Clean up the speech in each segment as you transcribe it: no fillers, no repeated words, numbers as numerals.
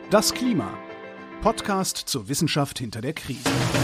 Das Klima. Podcast zur Wissenschaft hinter der Krise.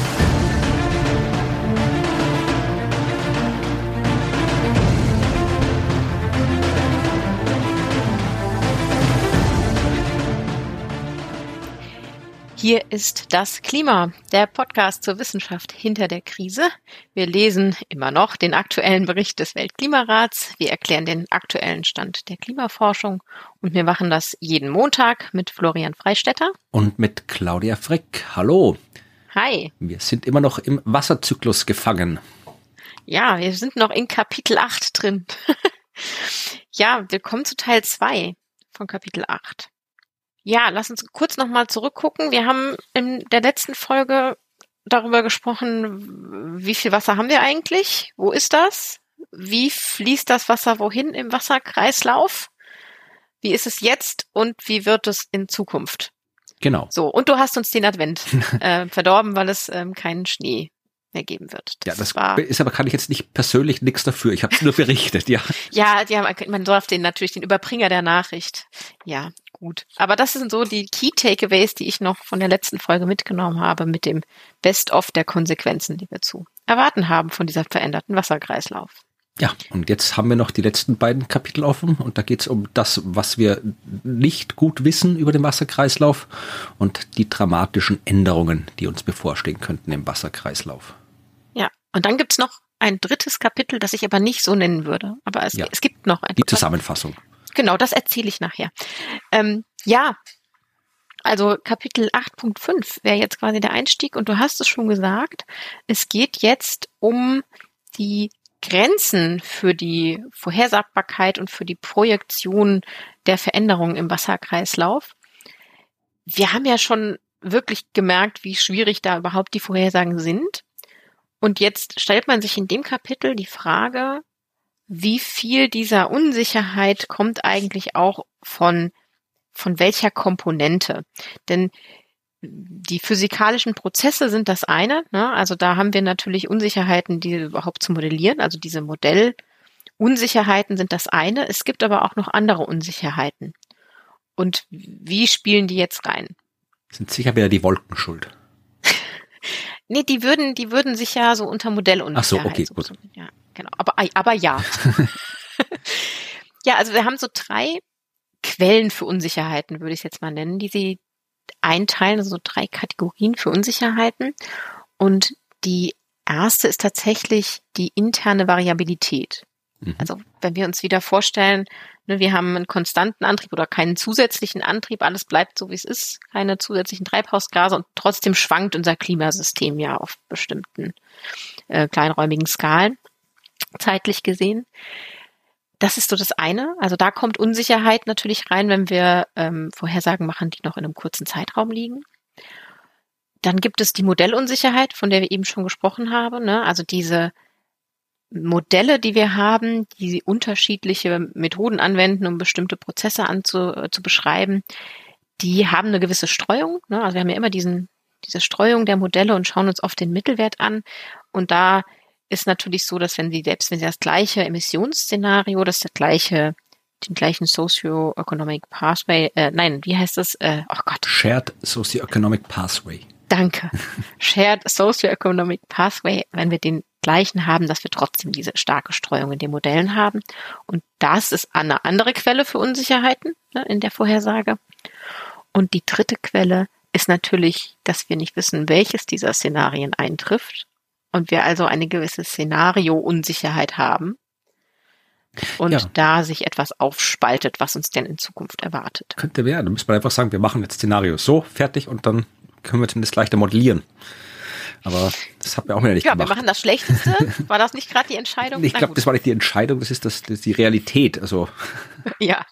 Hier ist das Klima, der Podcast zur Wissenschaft hinter der Krise. Wir lesen immer noch den aktuellen Bericht des Weltklimarats. Wir erklären den aktuellen Stand der Klimaforschung und wir machen das jeden Montag mit Florian Freistetter. Und mit Claudia Frick. Hallo. Hi. Wir sind immer noch im Wasserzyklus gefangen. Ja, wir sind noch in Kapitel 8 drin. Ja, wir kommen zu Teil 2 von Kapitel 8. Ja, lass uns kurz nochmal zurückgucken. Wir haben in der letzten Folge darüber gesprochen, wie viel Wasser haben wir eigentlich? Wo ist das? Wie fließt das Wasser wohin im Wasserkreislauf? Wie ist es jetzt und wie wird es in Zukunft? Genau. So, und du hast uns den Advent verdorben, weil es keinen Schnee mehr geben wird. Kann ich jetzt nicht persönlich nichts dafür. Ich habe es nur berichtet, ja. Ja, man darf natürlich den Überbringer der Nachricht. Ja, gut. Aber das sind so die Key Takeaways, die ich noch von der letzten Folge mitgenommen habe mit dem Best-of der Konsequenzen, die wir zu erwarten haben von dieser veränderten Wasserkreislauf. Ja, und jetzt haben wir noch die letzten beiden Kapitel offen und da geht es um das, was wir nicht gut wissen über den Wasserkreislauf und die dramatischen Änderungen, die uns bevorstehen könnten im Wasserkreislauf. Ja, und dann gibt's noch ein drittes Kapitel, das ich aber nicht so nennen würde. Aber es gibt noch ein. Die Zusammenfassung. Genau, das erzähle ich nachher. Also Kapitel 8.5 wäre jetzt quasi der Einstieg und du hast es schon gesagt, es geht jetzt um die Grenzen für die Vorhersagbarkeit und für die Projektion der Veränderungen im Wasserkreislauf. Wir haben ja schon wirklich gemerkt, wie schwierig da überhaupt die Vorhersagen sind. Und jetzt stellt man sich in dem Kapitel die Frage, wie viel dieser Unsicherheit kommt eigentlich auch von welcher Komponente? Denn die physikalischen Prozesse sind das eine, ne? Also da haben wir natürlich Unsicherheiten, die überhaupt zu modellieren. Also diese Modellunsicherheiten sind das eine. Es gibt aber auch noch andere Unsicherheiten. Und wie spielen die jetzt rein? Sind sicher wieder die Wolken schuld. Nee, die würden sich ja so unter Modellunsicherheit. Ach so, okay, gut. Ja, genau. Aber ja. Ja, also wir haben so 3 Quellen für Unsicherheiten, würde ich es jetzt mal nennen, die sie einteilen, also so 3 Kategorien für Unsicherheiten. Und die erste ist tatsächlich die interne Variabilität. Also wenn wir uns wieder vorstellen, ne, wir haben einen konstanten Antrieb oder keinen zusätzlichen Antrieb, alles bleibt so, wie es ist, keine zusätzlichen Treibhausgase und trotzdem schwankt unser Klimasystem ja auf bestimmten kleinräumigen Skalen, zeitlich gesehen. Das ist so das eine. Also da kommt Unsicherheit natürlich rein, wenn wir Vorhersagen machen, die noch in einem kurzen Zeitraum liegen. Dann gibt es die Modellunsicherheit, von der wir eben schon gesprochen haben, ne? Also diese Modelle, die wir haben, die unterschiedliche Methoden anwenden, um bestimmte Prozesse zu beschreiben, die haben eine gewisse Streuung, ne? Also wir haben ja immer diese Streuung der Modelle und schauen uns oft den Mittelwert an. Und da ist natürlich so, dass wenn sie das gleiche Emissionsszenario, den gleichen Socio-Economic Pathway, Shared Socio-Economic Pathway. Danke. Shared Socio-Economic Pathway, wenn wir den gleichen haben, dass wir trotzdem diese starke Streuung in den Modellen haben. Und das ist eine andere Quelle für Unsicherheiten, ne, in der Vorhersage. Und die dritte Quelle ist natürlich, dass wir nicht wissen, welches dieser Szenarien eintrifft. Und wir also eine gewisse Szenario-Unsicherheit haben. Und da sich etwas aufspaltet, was uns denn in Zukunft erwartet. Könnte werden. Da müsste man einfach sagen, wir machen jetzt Szenario so, fertig und dann können wir zumindest leichter modellieren. Aber das haben wir auch wieder nicht gemacht. Ja, wir machen das Schlechteste. War das nicht gerade die Entscheidung? Ich glaube, das war nicht die Entscheidung, das ist die Realität. Also. Ja.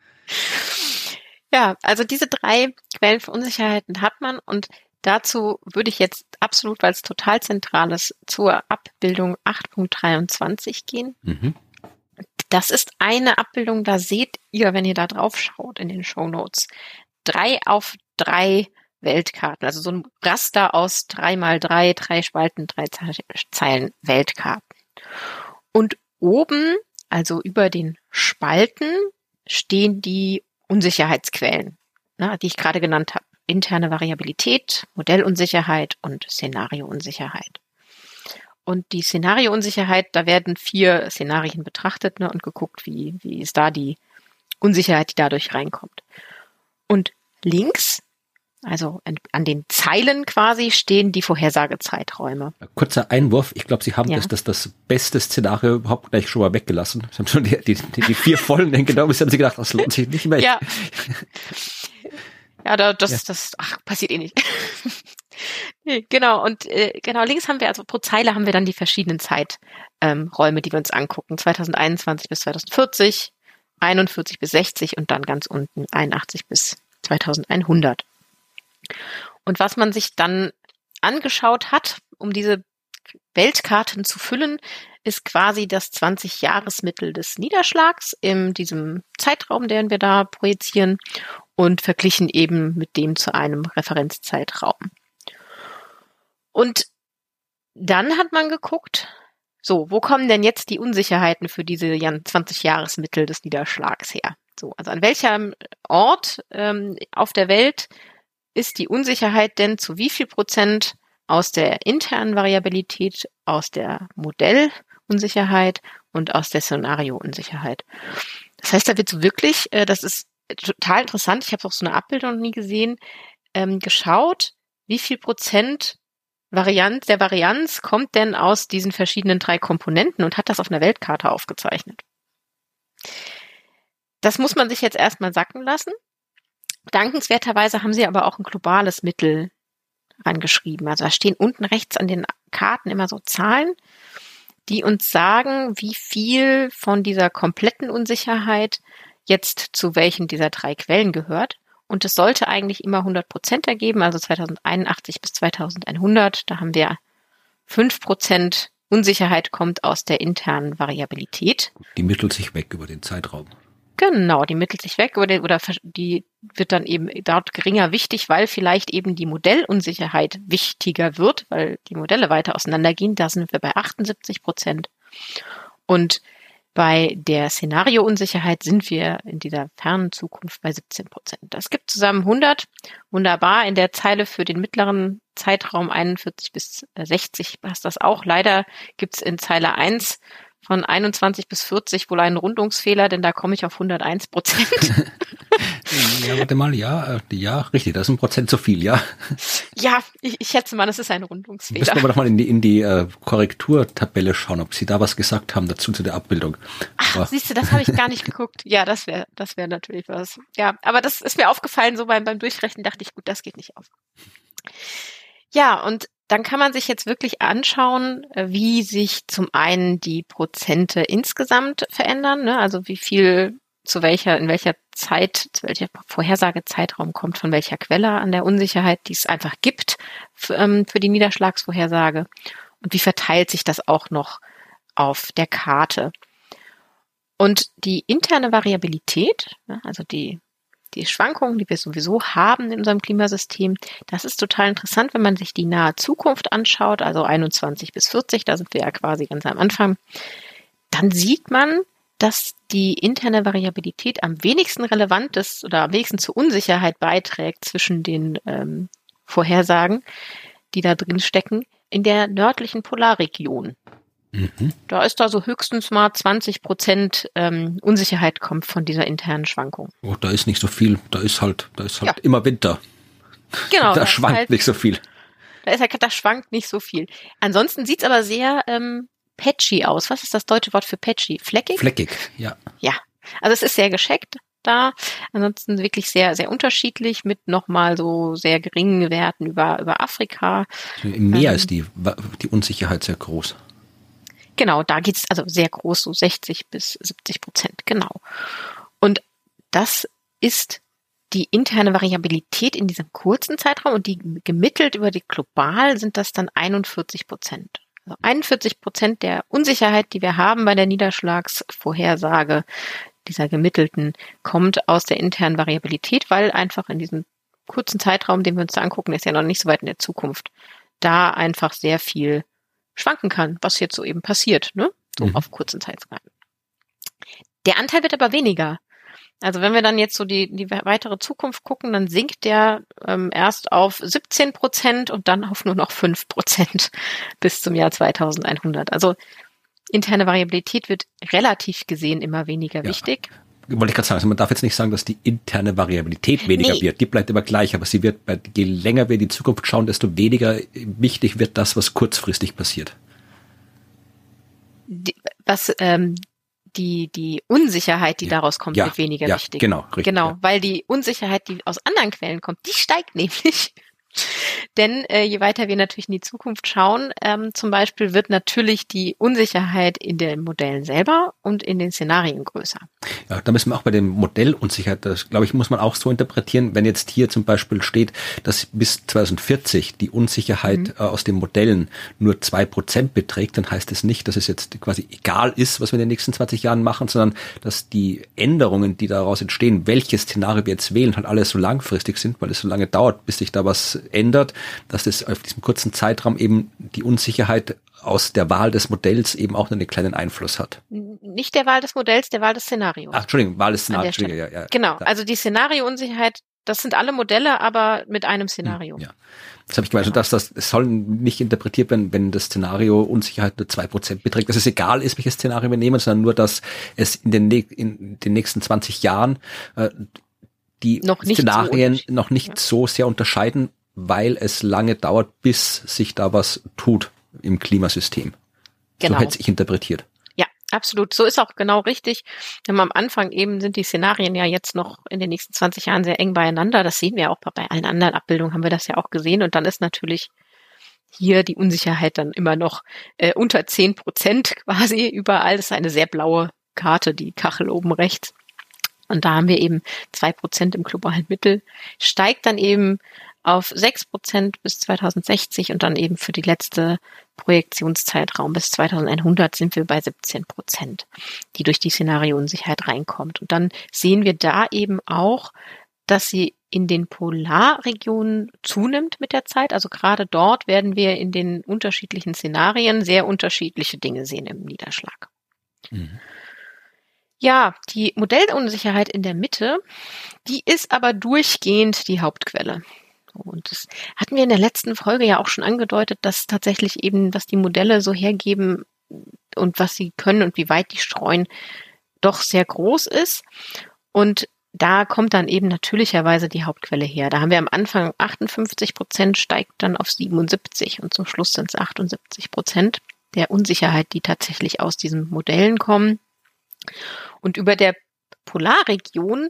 Ja, also diese 3 Quellen für Unsicherheiten hat man und dazu würde ich jetzt absolut, weil es total zentral ist, zur Abbildung 8.23 gehen. Das ist eine Abbildung, da seht ihr, wenn ihr da drauf schaut in den Shownotes, 3x3 Weltkarten, also so ein Raster aus 3x3, 3 Spalten, 3 Zeilen Weltkarten. Und oben, also über den Spalten, stehen die Unsicherheitsquellen. ne, die ich gerade genannt habe. Interne Variabilität, Modellunsicherheit und Szenariounsicherheit. Und die Szenariounsicherheit, da werden 4 Szenarien betrachtet, ne, und geguckt, wie ist da die Unsicherheit, die dadurch reinkommt. Und links, also an den Zeilen quasi, stehen die Vorhersagezeiträume. Kurzer Einwurf. Ich glaube, Sie haben das beste Szenario überhaupt gleich schon mal weggelassen. Sie haben schon die 4 vollen genommen. Sie haben sich gedacht, das lohnt sich nicht mehr. Ja. Ja, das passiert eh nicht. Nee, genau, und genau, links haben wir, also pro Zeile haben wir dann die verschiedenen Zeiträume, die wir uns angucken. 2021 bis 2040, 41 bis 60 und dann ganz unten 81 bis 2100. Und was man sich dann angeschaut hat, um diese Weltkarten zu füllen, ist quasi das 20-Jahresmittel des Niederschlags in diesem Zeitraum, den wir da projizieren, und verglichen eben mit dem zu einem Referenzzeitraum. Und dann hat man geguckt, so, wo kommen denn jetzt die Unsicherheiten für diese 20-Jahresmittel des Niederschlags her? So, also an welchem Ort auf der Welt ist die Unsicherheit denn zu wie viel Prozent aus der internen Variabilität, aus der Modellunsicherheit und aus der Szenariounsicherheit? Das heißt, da wird so wirklich, das ist total interessant, ich habe auch so eine Abbildung noch nie gesehen, geschaut, wie viel Prozent der Varianz kommt denn aus diesen verschiedenen 3 Komponenten und hat das auf einer Weltkarte aufgezeichnet. Das muss man sich jetzt erstmal sacken lassen. Dankenswerterweise haben sie aber auch ein globales Mittel angeschrieben. Also da stehen unten rechts an den Karten immer so Zahlen, die uns sagen, wie viel von dieser kompletten Unsicherheit jetzt zu welchen dieser 3 Quellen gehört. Und es sollte eigentlich immer 100% ergeben, also 2081 bis 2100. Da haben wir 5% Unsicherheit kommt aus der internen Variabilität. Die mittelt sich weg über den Zeitraum. Genau, die mittelt sich weg oder die wird dann eben dort geringer wichtig, weil vielleicht eben die Modellunsicherheit wichtiger wird, weil die Modelle weiter auseinandergehen. Da sind wir bei 78%. Und bei der Szenariounsicherheit sind wir in dieser fernen Zukunft bei 17%. Das gibt zusammen 100. Wunderbar. In der Zeile für den mittleren Zeitraum 41 bis 60 passt das auch. Leider gibt es in Zeile 1 von 21 bis 40 wohl einen Rundungsfehler, denn da komme ich auf 101%. Ja, warte mal, ja, richtig, das ist 1% zu viel, ja. Ja, ich schätze mal, das ist ein Rundungsfehler. Müssen wir aber doch mal in die Korrekturtabelle schauen, ob Sie da was gesagt haben dazu zu der Abbildung. Ach, siehst du, das habe ich gar nicht geguckt. Ja, das wäre natürlich was. Ja, aber das ist mir aufgefallen, so beim Durchrechnen dachte ich, gut, das geht nicht auf. Ja, und dann kann man sich jetzt wirklich anschauen, wie sich zum einen die Prozente insgesamt verändern, ne? Also wie viel in welcher Vorhersagezeitraum kommt von welcher Quelle an der Unsicherheit, die es einfach gibt für die Niederschlagsvorhersage. Und wie verteilt sich das auch noch auf der Karte? Und die interne Variabilität, also die Schwankungen, die wir sowieso haben in unserem Klimasystem, das ist total interessant, wenn man sich die nahe Zukunft anschaut, also 21 bis 40, da sind wir ja quasi ganz am Anfang. Dann sieht man, dass die interne Variabilität am wenigsten relevant ist oder am wenigsten zur Unsicherheit beiträgt zwischen den Vorhersagen, die da drin stecken, in der nördlichen Polarregion. Mhm. Da ist da so höchstens mal 20% Unsicherheit kommt von dieser internen Schwankung. Oh, da ist nicht so viel. Da ist halt immer Winter. Genau. Da schwankt halt nicht so viel. Da schwankt nicht so viel. Ansonsten sieht's aber sehr patchy aus. Was ist das deutsche Wort für patchy? Fleckig? Fleckig, ja. Ja. Also es ist sehr gescheckt da. Ansonsten wirklich sehr, sehr unterschiedlich mit nochmal so sehr geringen Werten über Afrika. Im Meer ist die Unsicherheit sehr groß. Genau, da geht's also sehr groß, so 60 bis 70%, genau. Und das ist die interne Variabilität in diesem kurzen Zeitraum und die gemittelt über die global sind das dann 41%. Also 41% der Unsicherheit, die wir haben bei der Niederschlagsvorhersage, dieser gemittelten, kommt aus der internen Variabilität, weil einfach in diesem kurzen Zeitraum, den wir uns da angucken, ist ja noch nicht so weit in der Zukunft, da einfach sehr viel schwanken kann, was jetzt so eben passiert, ne? So auf kurzen Zeiträumen. Der Anteil wird aber weniger. Also wenn wir dann jetzt so die weitere Zukunft gucken, dann sinkt der erst auf 17% und dann auf nur noch 5% bis zum Jahr 2100. Also interne Variabilität wird relativ gesehen immer weniger wichtig. Wollte ich gerade sagen, also man darf jetzt nicht sagen, dass die interne Variabilität weniger wird. Die bleibt immer gleich, aber sie wird, je länger wir in die Zukunft schauen, desto weniger wichtig wird das, was kurzfristig passiert. Die Unsicherheit, die daraus kommt, wird weniger wichtig. Genau, richtig. Genau, weil die Unsicherheit, die aus anderen Quellen kommt, die steigt nämlich. Denn je weiter wir natürlich in die Zukunft schauen, zum Beispiel wird natürlich die Unsicherheit in den Modellen selber und in den Szenarien größer. Ja, da müssen wir auch bei dem Modell Unsicherheit, das glaube ich, muss man auch so interpretieren, wenn jetzt hier zum Beispiel steht, dass bis 2040 die Unsicherheit aus den Modellen nur 2% beträgt, dann heißt es nicht, dass es jetzt quasi egal ist, was wir in den nächsten 20 Jahren machen, sondern dass die Änderungen, die daraus entstehen, welches Szenario wir jetzt wählen, halt alles so langfristig sind, weil es so lange dauert, bis sich da was ändert, dass das auf diesem kurzen Zeitraum eben die Unsicherheit aus der Wahl des Modells eben auch einen kleinen Einfluss hat. Nicht der Wahl des Modells, der Wahl des Szenarios. Ach, Entschuldigung, Wahl des Szenarios. Ja. Genau, also die Szenario-Unsicherheit, das sind alle Modelle, aber mit einem Szenario. Ja. Das habe ich gemeint, dass das soll nicht interpretiert werden, wenn das Szenario Unsicherheit nur 2% beträgt, dass es egal ist, welches Szenario wir nehmen, sondern nur, dass es in den nächsten 20 Jahren die Szenarien noch nicht so sehr unterscheiden, weil es lange dauert, bis sich da was tut im Klimasystem. Genau. So hätte ich interpretiert. Ja, absolut. So ist auch genau richtig. Am Anfang eben sind die Szenarien ja jetzt noch in den nächsten 20 Jahren sehr eng beieinander. Das sehen wir auch bei allen anderen Abbildungen, haben wir das ja auch gesehen. Und dann ist natürlich hier die Unsicherheit dann immer noch unter 10% quasi überall. Das ist eine sehr blaue Karte, die Kachel oben rechts. Und da haben wir eben 2% im globalen Mittel. Steigt dann eben auf 6% bis 2060 und dann eben für die letzte Projektionszeitraum bis 2100 sind wir bei 17%, die durch die Szenariounsicherheit reinkommt. Und dann sehen wir da eben auch, dass sie in den Polarregionen zunimmt mit der Zeit. Also gerade dort werden wir in den unterschiedlichen Szenarien sehr unterschiedliche Dinge sehen im Niederschlag. Mhm. Ja, die Modellunsicherheit in der Mitte, die ist aber durchgehend die Hauptquelle. Und das hatten wir in der letzten Folge ja auch schon angedeutet, dass tatsächlich eben, was die Modelle so hergeben und was sie können und wie weit die streuen, doch sehr groß ist. Und da kommt dann eben natürlicherweise die Hauptquelle her. Da haben wir am Anfang 58%, steigt dann auf 77% und zum Schluss sind es 78% der Unsicherheit, die tatsächlich aus diesen Modellen kommen. Und über der Polarregion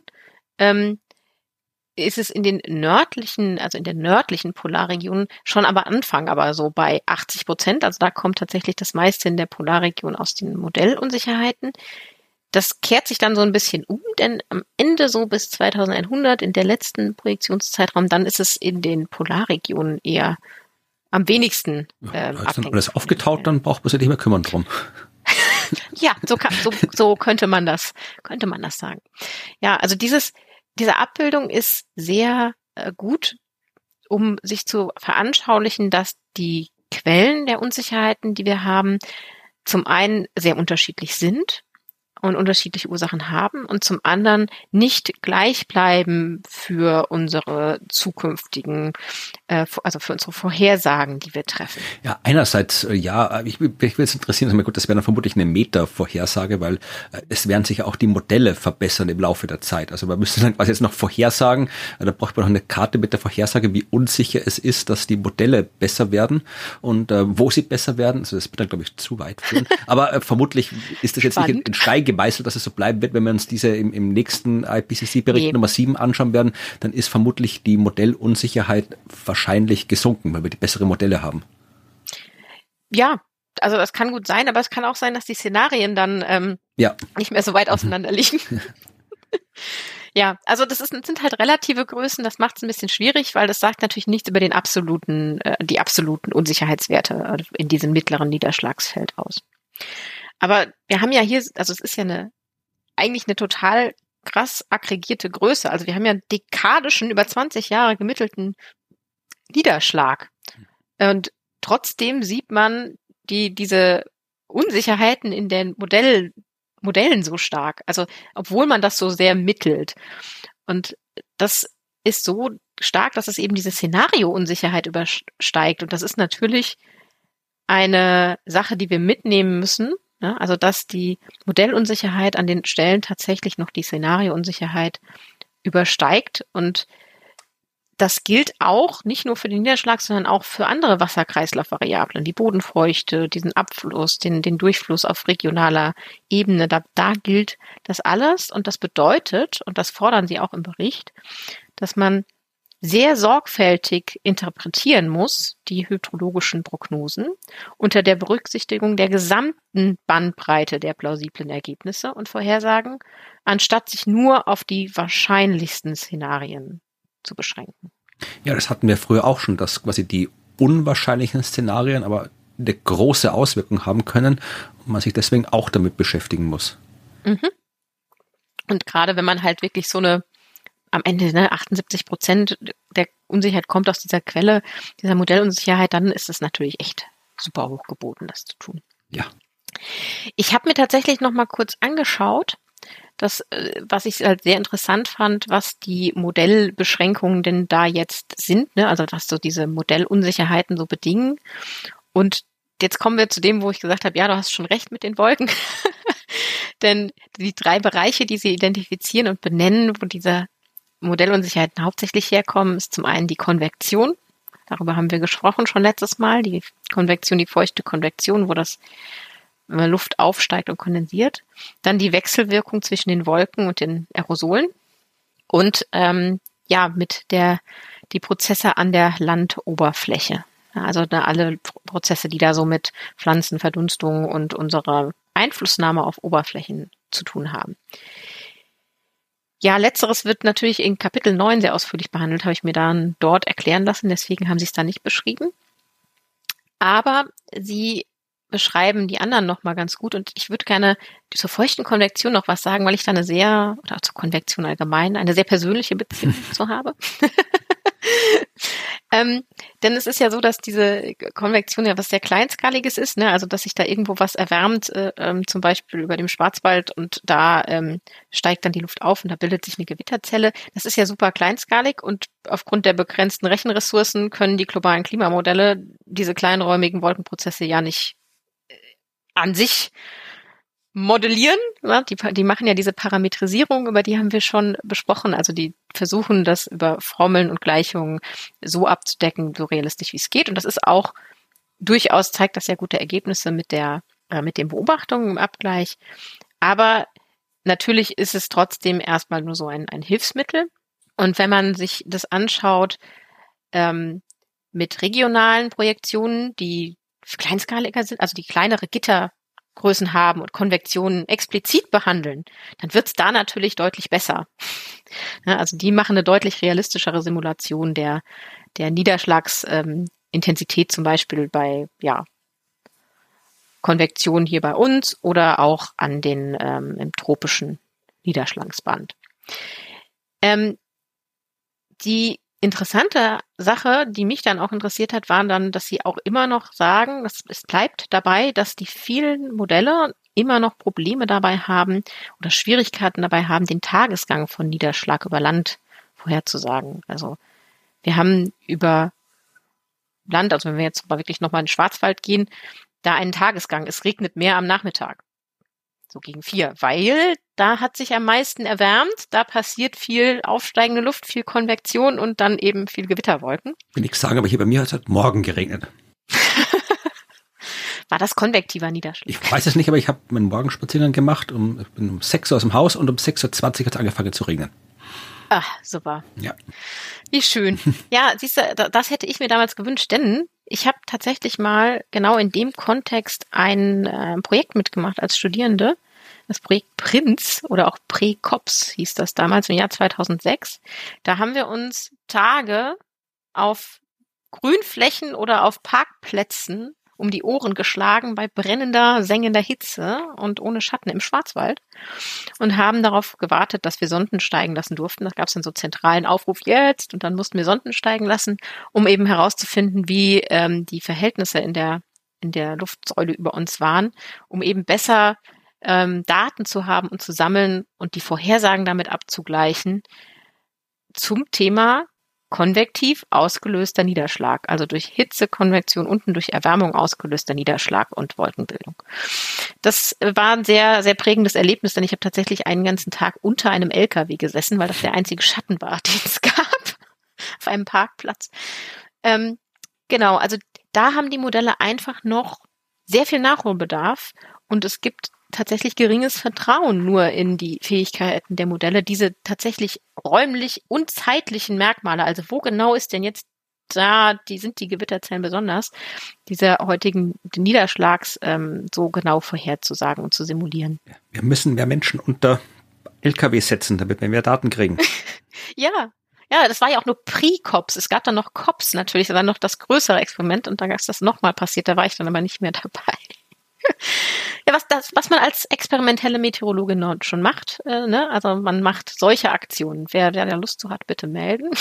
ist es in den nördlichen, also in der nördlichen Polarregion schon aber Anfang, aber so bei 80%. Also da kommt tatsächlich das meiste in der Polarregion aus den Modellunsicherheiten. Das kehrt sich dann so ein bisschen um, denn am Ende so bis 2100 in der letzten Projektionszeitraum, dann ist es in den Polarregionen eher am wenigsten abhängig. Ist dann alles aufgetaut, dann braucht man sich nicht mehr kümmern drum. Ja, so könnte man das sagen. Ja, also diese Abbildung ist sehr gut, um sich zu veranschaulichen, dass die Quellen der Unsicherheiten, die wir haben, zum einen sehr unterschiedlich sind und unterschiedliche Ursachen haben und zum anderen nicht gleich bleiben für unsere zukünftigen, also für unsere Vorhersagen, die wir treffen. Ja, einerseits, ja, ich würde jetzt interessieren, gut, das wäre dann vermutlich eine Meta-Vorhersage, weil es werden sich auch die Modelle verbessern im Laufe der Zeit. Also man müsste dann quasi jetzt noch vorhersagen, da braucht man noch eine Karte mit der Vorhersage, wie unsicher es ist, dass die Modelle besser werden und wo sie besser werden. Also das wird dann, glaube ich, zu weit führen. Aber vermutlich ist das jetzt nicht in Stein gemeißelt, dass es so bleiben wird. Wenn wir uns diese im nächsten IPCC-Bericht Nummer 7 anschauen werden, dann ist vermutlich die Modellunsicherheit wahrscheinlich gesunken, weil wir die bessere Modelle haben. Ja, also das kann gut sein, aber es kann auch sein, dass die Szenarien dann nicht mehr so weit auseinander liegen. Ja, also sind halt relative Größen, das macht es ein bisschen schwierig, weil das sagt natürlich nichts über die absoluten Unsicherheitswerte in diesem mittleren Niederschlagsfeld aus. Aber wir haben ja hier, also es ist ja eigentlich eine total krass aggregierte Größe. Also wir haben ja dekadischen, über 20 Jahre gemittelten Niederschlag. Und trotzdem sieht man diese Unsicherheiten in den Modellen Modellen so stark. Also obwohl man das so sehr mittelt. Und das ist so stark, dass es eben diese Szenariounsicherheit übersteigt. Und das ist natürlich eine Sache, die wir mitnehmen müssen. Ja, also dass die Modellunsicherheit an den Stellen tatsächlich noch die Szenariounsicherheit übersteigt. Und das gilt auch nicht nur für den Niederschlag, sondern auch für andere Wasserkreislaufvariablen, die Bodenfeuchte, diesen Abfluss, den Durchfluss auf regionaler Ebene. Da gilt das alles. Und das bedeutet, und das fordern sie auch im Bericht, dass man sehr sorgfältig interpretieren muss, die hydrologischen Prognosen, unter der Berücksichtigung der gesamten Bandbreite der plausiblen Ergebnisse und Vorhersagen, anstatt sich nur auf die wahrscheinlichsten Szenarien zu beschränken. Ja, das hatten wir früher auch schon, dass quasi die unwahrscheinlichen Szenarien aber eine große Auswirkung haben können und man sich deswegen auch damit beschäftigen muss. Mhm. Und gerade wenn man halt wirklich so eine am Ende 78% der Unsicherheit kommt aus dieser Quelle, dieser Modellunsicherheit, dann ist es natürlich echt super hoch geboten, das zu tun. Ja. Ich habe mir tatsächlich noch mal kurz angeschaut, was ich halt sehr interessant fand, was die Modellbeschränkungen denn da jetzt sind, ne? Also was so diese Modellunsicherheiten so bedingen. Und jetzt kommen wir zu dem, wo ich gesagt habe, ja, du hast schon recht mit den Wolken. Denn die 3 Bereiche, die sie identifizieren und benennen, wo diese Modellunsicherheiten hauptsächlich herkommen, ist zum einen die Konvektion. Darüber haben wir gesprochen schon letztes Mal. Die Konvektion, die feuchte Konvektion, wo das Luft aufsteigt und kondensiert. Dann die Wechselwirkung zwischen den Wolken und den Aerosolen. Und die Prozesse an der Landoberfläche. Also alle Prozesse, die da so mit Pflanzenverdunstung und unserer Einflussnahme auf Oberflächen zu tun haben. Ja, letzteres wird natürlich in Kapitel 9 sehr ausführlich behandelt, habe ich mir dann dort erklären lassen, deswegen haben sie es da nicht beschrieben. Aber sie beschreiben die anderen nochmal ganz gut und ich würde gerne zur feuchten Konvektion noch was sagen, weil ich da oder zur Konvektion allgemein, eine sehr persönliche Beziehung zu habe. Denn es ist ja so, dass diese Konvektion ja was sehr Kleinskaliges ist, ne? Also dass sich da irgendwo was erwärmt, zum Beispiel über dem Schwarzwald und da steigt dann die Luft auf und da bildet sich eine Gewitterzelle. Das ist ja super kleinskalig und aufgrund der begrenzten Rechenressourcen können die globalen Klimamodelle diese kleinräumigen Wolkenprozesse ja nicht an sich modellieren. Ja, die machen ja diese Parametrisierung, über die haben wir schon besprochen. Also die versuchen, das über Formeln und Gleichungen so abzudecken, so realistisch wie es geht. Und das ist auch durchaus, zeigt das sehr gute Ergebnisse mit den Beobachtungen im Abgleich. Aber natürlich ist es trotzdem erstmal nur so ein Hilfsmittel. Und wenn man sich das anschaut mit regionalen Projektionen, die kleinskaliger sind, also die kleinere Gittergrößen haben und Konvektionen explizit behandeln, dann wird es da natürlich deutlich besser. Ja, also die machen eine deutlich realistischere Simulation der Niederschlagsintensität zum Beispiel bei Konvektion hier bei uns oder auch an den im tropischen Niederschlagsband. Die interessante Sache, die mich dann auch interessiert hat, waren dann, dass sie auch immer noch sagen, es bleibt dabei, dass die vielen Modelle immer noch Probleme dabei haben oder Schwierigkeiten dabei haben, den Tagesgang von Niederschlag über Land vorherzusagen. Also wir haben über Land, also wenn wir jetzt mal wirklich nochmal in den Schwarzwald gehen, da einen Tagesgang. Es regnet mehr am Nachmittag. So gegen 4, weil da hat sich am meisten erwärmt, da passiert viel aufsteigende Luft, viel Konvektion und dann eben viel Gewitterwolken. Ich will nichts sagen, aber hier bei mir hat es heute Morgen geregnet. War das konvektiver Niederschlag? Ich weiß es nicht, aber ich habe meinen Morgenspaziergang gemacht. Ich bin um 6 Uhr aus dem Haus und um 6.20 Uhr hat es angefangen zu regnen. Ach, super. Ja. Wie schön. Ja, siehst du, das hätte ich mir damals gewünscht, denn ich habe tatsächlich mal genau in dem Kontext ein Projekt mitgemacht als Studierende. Das Projekt Prinz oder auch Präkops hieß das damals im Jahr 2006. Da haben wir uns Tage auf Grünflächen oder auf Parkplätzen um die Ohren geschlagen bei brennender, sengender Hitze und ohne Schatten im Schwarzwald und haben darauf gewartet, dass wir Sonden steigen lassen durften. Da gab es dann so zentralen Aufruf jetzt und dann mussten wir Sonden steigen lassen, um eben herauszufinden, wie die Verhältnisse in der Luftsäule über uns waren, um eben besser Daten zu haben und zu sammeln und die Vorhersagen damit abzugleichen zum Thema konvektiv ausgelöster Niederschlag, also durch Hitze, Konvektion, unten durch Erwärmung ausgelöster Niederschlag und Wolkenbildung. Das war ein sehr, sehr prägendes Erlebnis, denn ich habe tatsächlich einen ganzen Tag unter einem LKW gesessen, weil das der einzige Schatten war, den es gab, auf einem Parkplatz. Genau, also da haben die Modelle einfach noch sehr viel Nachholbedarf und es gibt tatsächlich geringes Vertrauen nur in die Fähigkeiten der Modelle, diese tatsächlich räumlich und zeitlichen Merkmale, also wo genau ist denn jetzt da, sind die Gewitterzellen besonders, dieser heutigen Niederschlags so genau vorherzusagen und zu simulieren. Wir müssen mehr Menschen unter LKW setzen, damit wir mehr Daten kriegen. Ja, das war ja auch nur Pre-COPS. Es gab dann noch COPS natürlich, das war noch das größere Experiment und da ist das nochmal passiert, da war ich dann aber nicht mehr dabei. Ja, was man als experimentelle Meteorologin schon macht, ne? Also man macht solche Aktionen. Wer da Lust zu hat, bitte melden.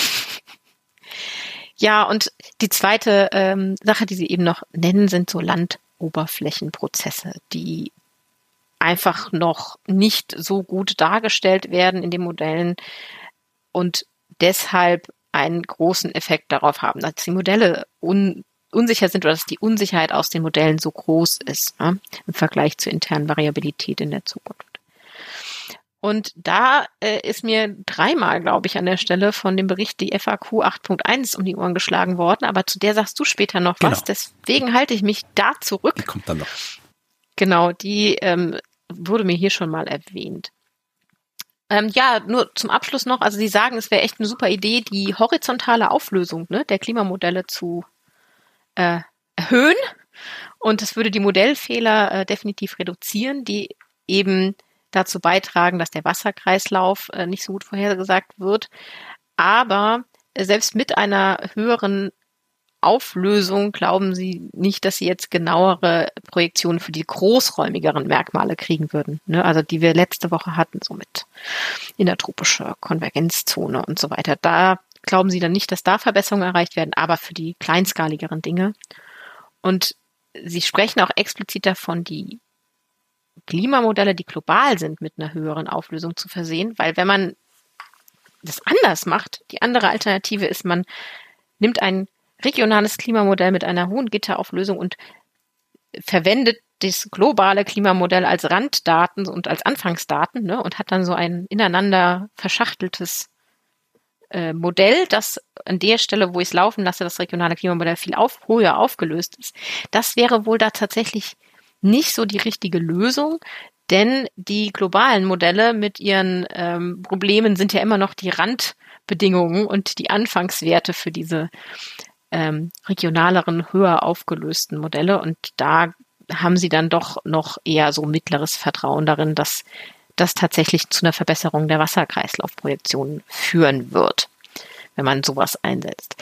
Ja, und die zweite Sache, die Sie eben noch nennen, sind so Landoberflächenprozesse, die einfach noch nicht so gut dargestellt werden in den Modellen und deshalb einen großen Effekt darauf haben, dass die Modelle unsicher sind oder dass die Unsicherheit aus den Modellen so groß ist, ne, im Vergleich zur internen Variabilität in der Zukunft. Und da ist mir dreimal, glaube ich, an der Stelle von dem Bericht die FAQ 8.1 um die Ohren geschlagen worden, aber zu der sagst du später noch was, deswegen halte ich mich da zurück. Die kommt dann noch. Genau, die wurde mir hier schon mal erwähnt. Ja, nur zum Abschluss noch, also Sie sagen, es wäre echt eine super Idee, die horizontale Auflösung, ne, der Klimamodelle zu erhöhen und das würde die Modellfehler definitiv reduzieren, die eben dazu beitragen, dass der Wasserkreislauf nicht so gut vorhergesagt wird. Aber selbst mit einer höheren Auflösung glauben Sie nicht, dass Sie jetzt genauere Projektionen für die großräumigeren Merkmale kriegen würden, ne? Also die wir letzte Woche hatten, so mit innertropischer Konvergenzzone und so weiter. Da glauben Sie dann nicht, dass da Verbesserungen erreicht werden, aber für die kleinskaligeren Dinge. Und Sie sprechen auch explizit davon, die Klimamodelle, die global sind, mit einer höheren Auflösung zu versehen, weil wenn man das anders macht, die andere Alternative ist, man nimmt ein regionales Klimamodell mit einer hohen Gitterauflösung und verwendet das globale Klimamodell als Randdaten und als Anfangsdaten, ne, und hat dann so ein ineinander verschachteltes Modell, das an der Stelle, wo ich es laufen lasse, das regionale Klimamodell viel höher aufgelöst ist. Das wäre wohl da tatsächlich nicht so die richtige Lösung, denn die globalen Modelle mit ihren Problemen sind ja immer noch die Randbedingungen und die Anfangswerte für diese regionaleren, höher aufgelösten Modelle. Und da haben sie dann doch noch eher so mittleres Vertrauen darin, dass das tatsächlich zu einer Verbesserung der Wasserkreislaufprojektion führen wird, wenn man sowas einsetzt.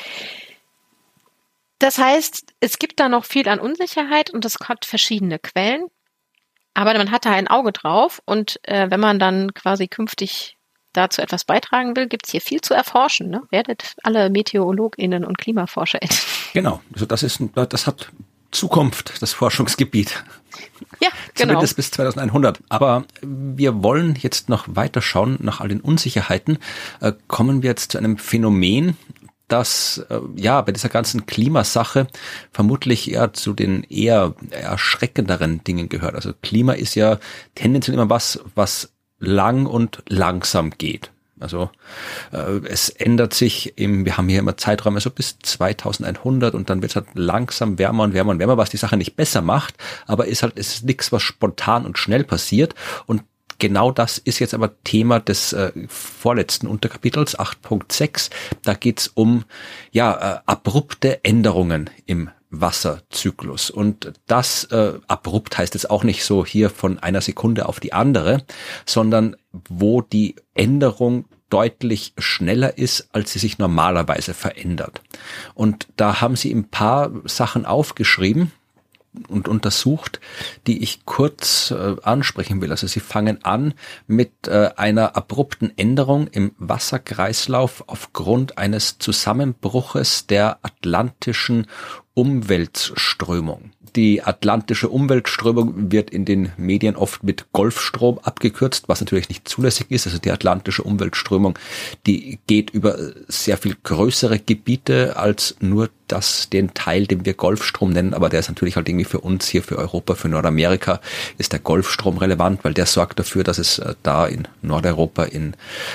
Das heißt, es gibt da noch viel an Unsicherheit und es hat verschiedene Quellen, aber man hat da ein Auge drauf und wenn man dann quasi künftig dazu etwas beitragen will, gibt es hier viel zu erforschen. Ne? Werdet alle MeteorologInnen und KlimaforscherInnen. Genau, also das hat Zukunft, das Forschungsgebiet. Ja, genau. Zumindest bis 2100. Aber wir wollen jetzt noch weiter schauen nach all den Unsicherheiten. Kommen wir jetzt zu einem Phänomen, das bei dieser ganzen Klimasache vermutlich eher zu den eher erschreckenderen Dingen gehört. Also Klima ist ja tendenziell immer was lang und langsam geht. Also es ändert sich wir haben hier immer Zeiträume so bis 2100 und dann wird es halt langsam wärmer und wärmer und wärmer, was die Sache nicht besser macht, aber es ist nichts, was spontan und schnell passiert. Und genau das ist jetzt aber Thema des vorletzten Unterkapitels 8.6. Da geht's um abrupte Änderungen im Wasserzyklus. Und das abrupt heißt jetzt auch nicht so hier von einer Sekunde auf die andere, sondern wo die Änderung deutlich schneller ist, als sie sich normalerweise verändert. Und da haben sie ein paar Sachen aufgeschrieben und untersucht, die ich kurz ansprechen will. Also sie fangen an mit einer abrupten Änderung im Wasserkreislauf aufgrund eines Zusammenbruches der atlantischen Umweltströmung. Die atlantische Umweltströmung wird in den Medien oft mit Golfstrom abgekürzt, was natürlich nicht zulässig ist. Also die atlantische Umweltströmung, die geht über sehr viel größere Gebiete als nur den Teil, den wir Golfstrom nennen, aber der ist natürlich halt irgendwie für uns hier, für Europa, für Nordamerika, ist der Golfstrom relevant, weil der sorgt dafür, dass es da in Nordeuropa, in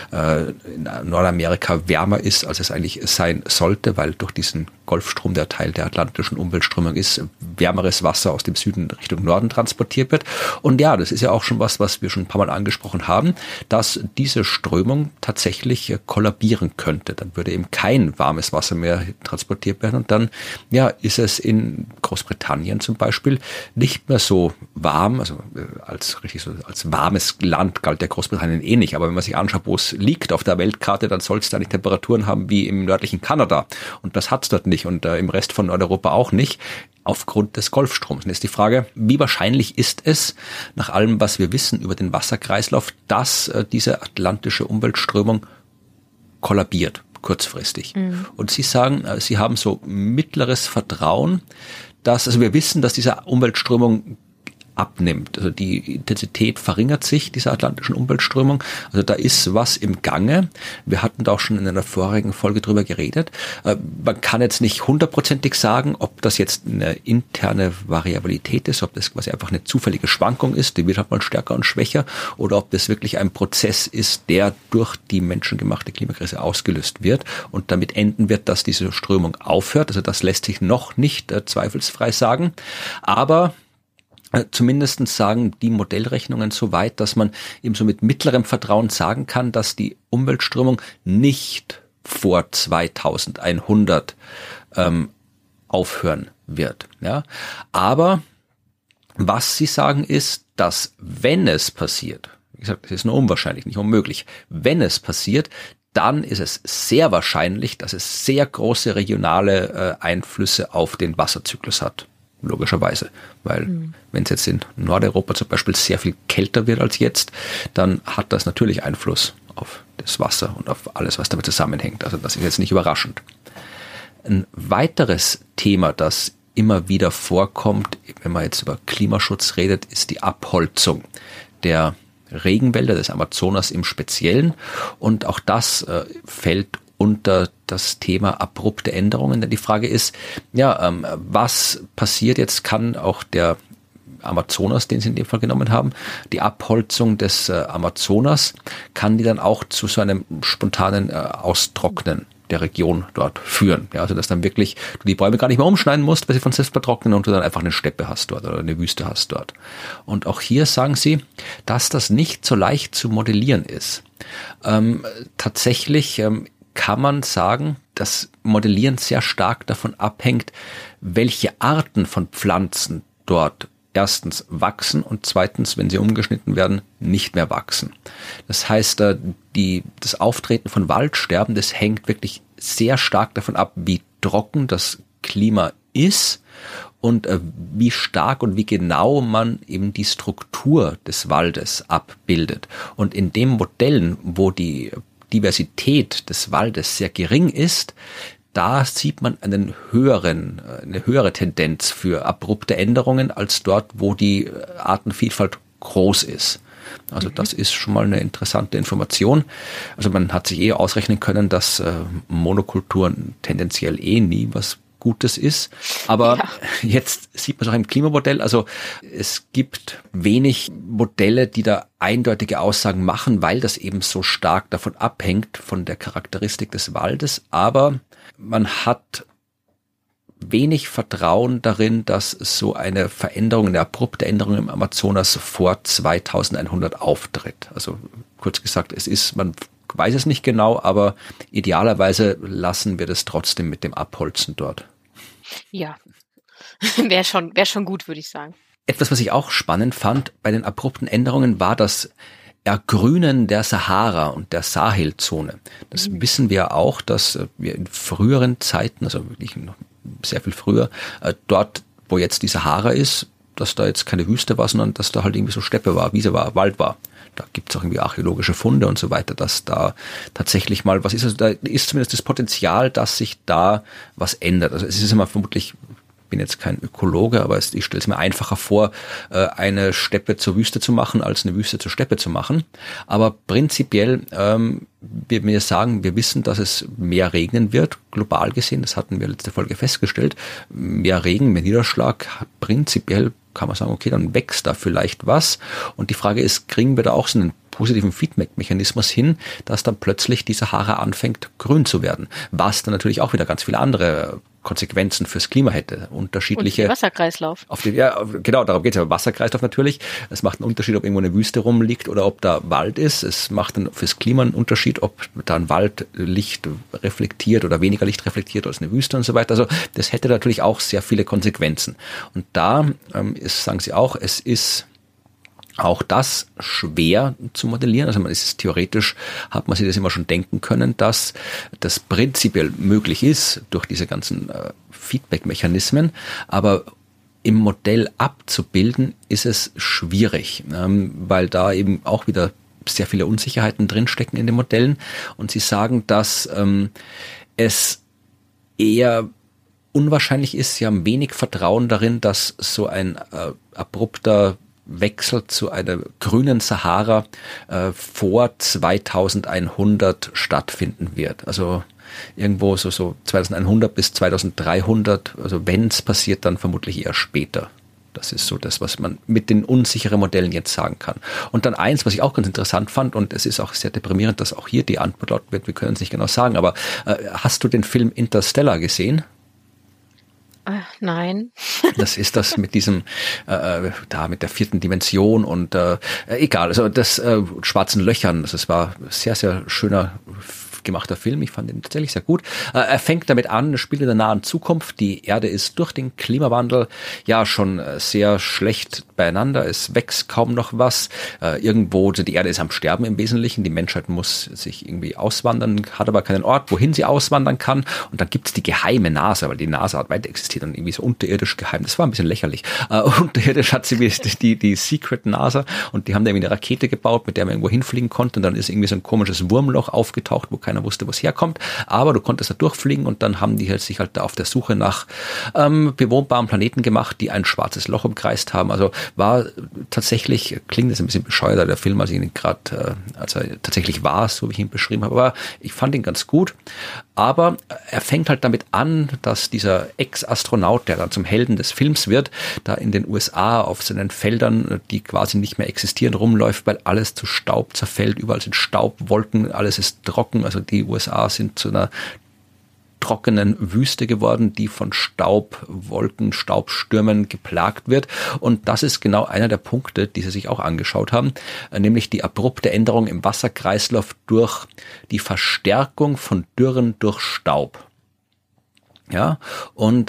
Nordamerika wärmer ist, als es eigentlich sein sollte, weil durch diesen Golfstrom, der Teil der atlantischen Umweltströmung ist, wärmeres Wasser aus dem Süden Richtung Norden transportiert wird. Und ja, das ist ja auch schon was wir schon ein paar Mal angesprochen haben, dass diese Strömung tatsächlich kollabieren könnte. Dann würde eben kein warmes Wasser mehr transportiert werden und dann ist es in Großbritannien zum Beispiel nicht mehr so warm, also als warmes Land galt ja Großbritannien eh nicht, aber wenn man sich anschaut, wo es liegt auf der Weltkarte, dann soll es da nicht Temperaturen haben wie im nördlichen Kanada und das hat es dort nicht und im Rest von Nordeuropa auch nicht, aufgrund des Golfstroms. Und jetzt die Frage, wie wahrscheinlich ist es, nach allem, was wir wissen über den Wasserkreislauf, dass diese atlantische Umweltströmung kollabiert, kurzfristig. Mhm. Und Sie sagen, Sie haben so mittleres Vertrauen, also wir wissen, dass diese Umweltströmung abnimmt. Also die Intensität verringert sich, dieser atlantischen Umweltströmung. Also da ist was im Gange. Wir hatten da auch schon in einer vorigen Folge drüber geredet. Man kann jetzt nicht hundertprozentig sagen, ob das jetzt eine interne Variabilität ist, ob das quasi einfach eine zufällige Schwankung ist, die wird halt mal stärker und schwächer, oder ob das wirklich ein Prozess ist, der durch die menschengemachte Klimakrise ausgelöst wird und damit enden wird, dass diese Strömung aufhört. Also das lässt sich noch nicht zweifelsfrei sagen. Aber zumindest sagen die Modellrechnungen so weit, dass man eben so mit mittlerem Vertrauen sagen kann, dass die Umweltströmung nicht vor 2100 aufhören wird. Ja? Aber was sie sagen ist, dass wenn es passiert, wie gesagt, es ist nur unwahrscheinlich, nicht unmöglich, wenn es passiert, dann ist es sehr wahrscheinlich, dass es sehr große regionale Einflüsse auf den Wasserzyklus hat. Logischerweise, weil wenn es jetzt in Nordeuropa zum Beispiel sehr viel kälter wird als jetzt, dann hat das natürlich Einfluss auf das Wasser und auf alles, was damit zusammenhängt. Also das ist jetzt nicht überraschend. Ein weiteres Thema, das immer wieder vorkommt, wenn man jetzt über Klimaschutz redet, ist die Abholzung der Regenwälder des Amazonas im Speziellen. Und auch das fällt unter das Thema abrupte Änderungen. Denn die Frage ist, was passiert jetzt? Kann auch der Amazonas, den Sie in dem Fall genommen haben, die Abholzung des Amazonas, kann die dann auch zu so einem spontanen Austrocknen der Region dort führen? Ja, also dass dann wirklich du die Bäume gar nicht mehr umschneiden musst, weil sie von selbst vertrocknen und du dann einfach eine Steppe hast dort oder eine Wüste hast dort. Und auch hier sagen Sie, dass das nicht so leicht zu modellieren ist. Tatsächlich kann man sagen, dass Modellieren sehr stark davon abhängt, welche Arten von Pflanzen dort erstens wachsen und zweitens, wenn sie umgeschnitten werden, nicht mehr wachsen. Das heißt, das Auftreten von Waldsterben, das hängt wirklich sehr stark davon ab, wie trocken das Klima ist und wie stark und wie genau man eben die Struktur des Waldes abbildet. Und in den Modellen, wo die Diversität des Waldes sehr gering ist, da sieht man eine höhere Tendenz für abrupte Änderungen als dort, wo die Artenvielfalt groß ist. Also das ist schon mal eine interessante Information. Also man hat sich ausrechnen können, dass Monokulturen tendenziell nie was Gutes ist. Aber jetzt sieht man es auch im Klimamodell. Also es gibt wenig Modelle, die da eindeutige Aussagen machen, weil das eben so stark davon abhängt, von der Charakteristik des Waldes. Aber man hat wenig Vertrauen darin, dass so eine Veränderung, eine abrupte Änderung im Amazonas vor 2100 auftritt. Also kurz gesagt, man weiß es nicht genau, aber idealerweise lassen wir das trotzdem mit dem Abholzen dort. Ja, wäre schon gut, würde ich sagen. Etwas, was ich auch spannend fand bei den abrupten Änderungen, war das Ergrünen der Sahara und der Sahelzone. Das wissen wir auch, dass wir in früheren Zeiten, also wirklich noch sehr viel früher, dort, wo jetzt die Sahara ist, dass da jetzt keine Wüste war, sondern dass da halt irgendwie so Steppe war, Wiese war, Wald war. Da gibt's auch irgendwie archäologische Funde und so weiter, dass da tatsächlich mal was ist. Also da ist zumindest das Potenzial, dass sich da was ändert. Also es ist immer vermutlich, bin jetzt kein Ökologe, aber ich stelle es mir einfacher vor, eine Steppe zur Wüste zu machen, als eine Wüste zur Steppe zu machen. Aber prinzipiell, wir sagen, wir wissen, dass es mehr regnen wird, global gesehen. Das hatten wir letzte Folge festgestellt. Mehr Regen, mehr Niederschlag, prinzipiell kann man sagen, okay, dann wächst da vielleicht was. Und die Frage ist, kriegen wir da auch so einen positiven Feedback-Mechanismus hin, dass dann plötzlich die Sahara anfängt, grün zu werden. Was dann natürlich auch wieder ganz viele andere Konsequenzen fürs Klima hätte. Unterschiedliche. Und Wasserkreislauf. Ja, genau, darum geht es ja. Wasserkreislauf natürlich. Es macht einen Unterschied, ob irgendwo eine Wüste rumliegt oder ob da Wald ist. Es macht dann fürs Klima einen Unterschied, ob da ein Wald Licht reflektiert oder weniger Licht reflektiert als eine Wüste und so weiter. Also das hätte natürlich auch sehr viele Konsequenzen. Und da sagen Sie auch, es ist auch das schwer zu modellieren. Also man ist es theoretisch, hat man sich das immer schon denken können, dass das prinzipiell möglich ist durch diese ganzen Feedback-Mechanismen. Aber im Modell abzubilden ist es schwierig, weil da eben auch wieder sehr viele Unsicherheiten drinstecken in den Modellen. Und sie sagen, dass es eher unwahrscheinlich ist, sie haben wenig Vertrauen darin, dass so ein abrupter Wechsel zu einer grünen Sahara vor 2100 stattfinden wird. Also irgendwo so 2100 bis 2300, also wenn es passiert, dann vermutlich eher später. Das ist so das, was man mit den unsicheren Modellen jetzt sagen kann. Und dann eins, was ich auch ganz interessant fand, und es ist auch sehr deprimierend, dass auch hier die Antwort laut wird, wir können es nicht genau sagen, aber hast du den Film Interstellar gesehen? Nein. Das ist das mit diesem, da mit der 4. Dimension und egal, also das schwarzen Löchern, also es war sehr, sehr schöner gemachter Film. Ich fand ihn tatsächlich sehr gut. Er fängt damit an, es spielt in der nahen Zukunft. Die Erde ist durch den Klimawandel ja schon sehr schlecht beieinander. Es wächst kaum noch was. Irgendwo, die Erde ist am Sterben im Wesentlichen. Die Menschheit muss sich irgendwie auswandern, hat aber keinen Ort, wohin sie auswandern kann. Und dann gibt's die geheime NASA, weil die NASA hat weiter existiert und irgendwie so unterirdisch geheim. Das war ein bisschen lächerlich. Unterirdisch hat sie die Secret NASA und die haben da irgendwie eine Rakete gebaut, mit der man irgendwo hinfliegen konnte. Und dann ist irgendwie so ein komisches Wurmloch aufgetaucht, wo keiner wusste, wo es herkommt, aber du konntest da durchfliegen und dann haben die sich halt da auf der Suche nach bewohnbaren Planeten gemacht, die ein schwarzes Loch umkreist haben. Also war tatsächlich, klingt das ein bisschen bescheuert, der Film, als ich ihn gerade, als er tatsächlich war, so wie ich ihn beschrieben habe, aber ich fand ihn ganz gut. Aber er fängt halt damit an, dass dieser Ex-Astronaut, der dann zum Helden des Films wird, da in den USA auf seinen Feldern, die quasi nicht mehr existieren, rumläuft, weil alles zu Staub zerfällt, überall sind Staubwolken, alles ist trocken, also die USA sind zu einer trockenen Wüste geworden, die von Staubwolken, Staubstürmen geplagt wird. Und das ist genau einer der Punkte, die sie sich auch angeschaut haben, nämlich die abrupte Änderung im Wasserkreislauf durch die Verstärkung von Dürren durch Staub. Ja, und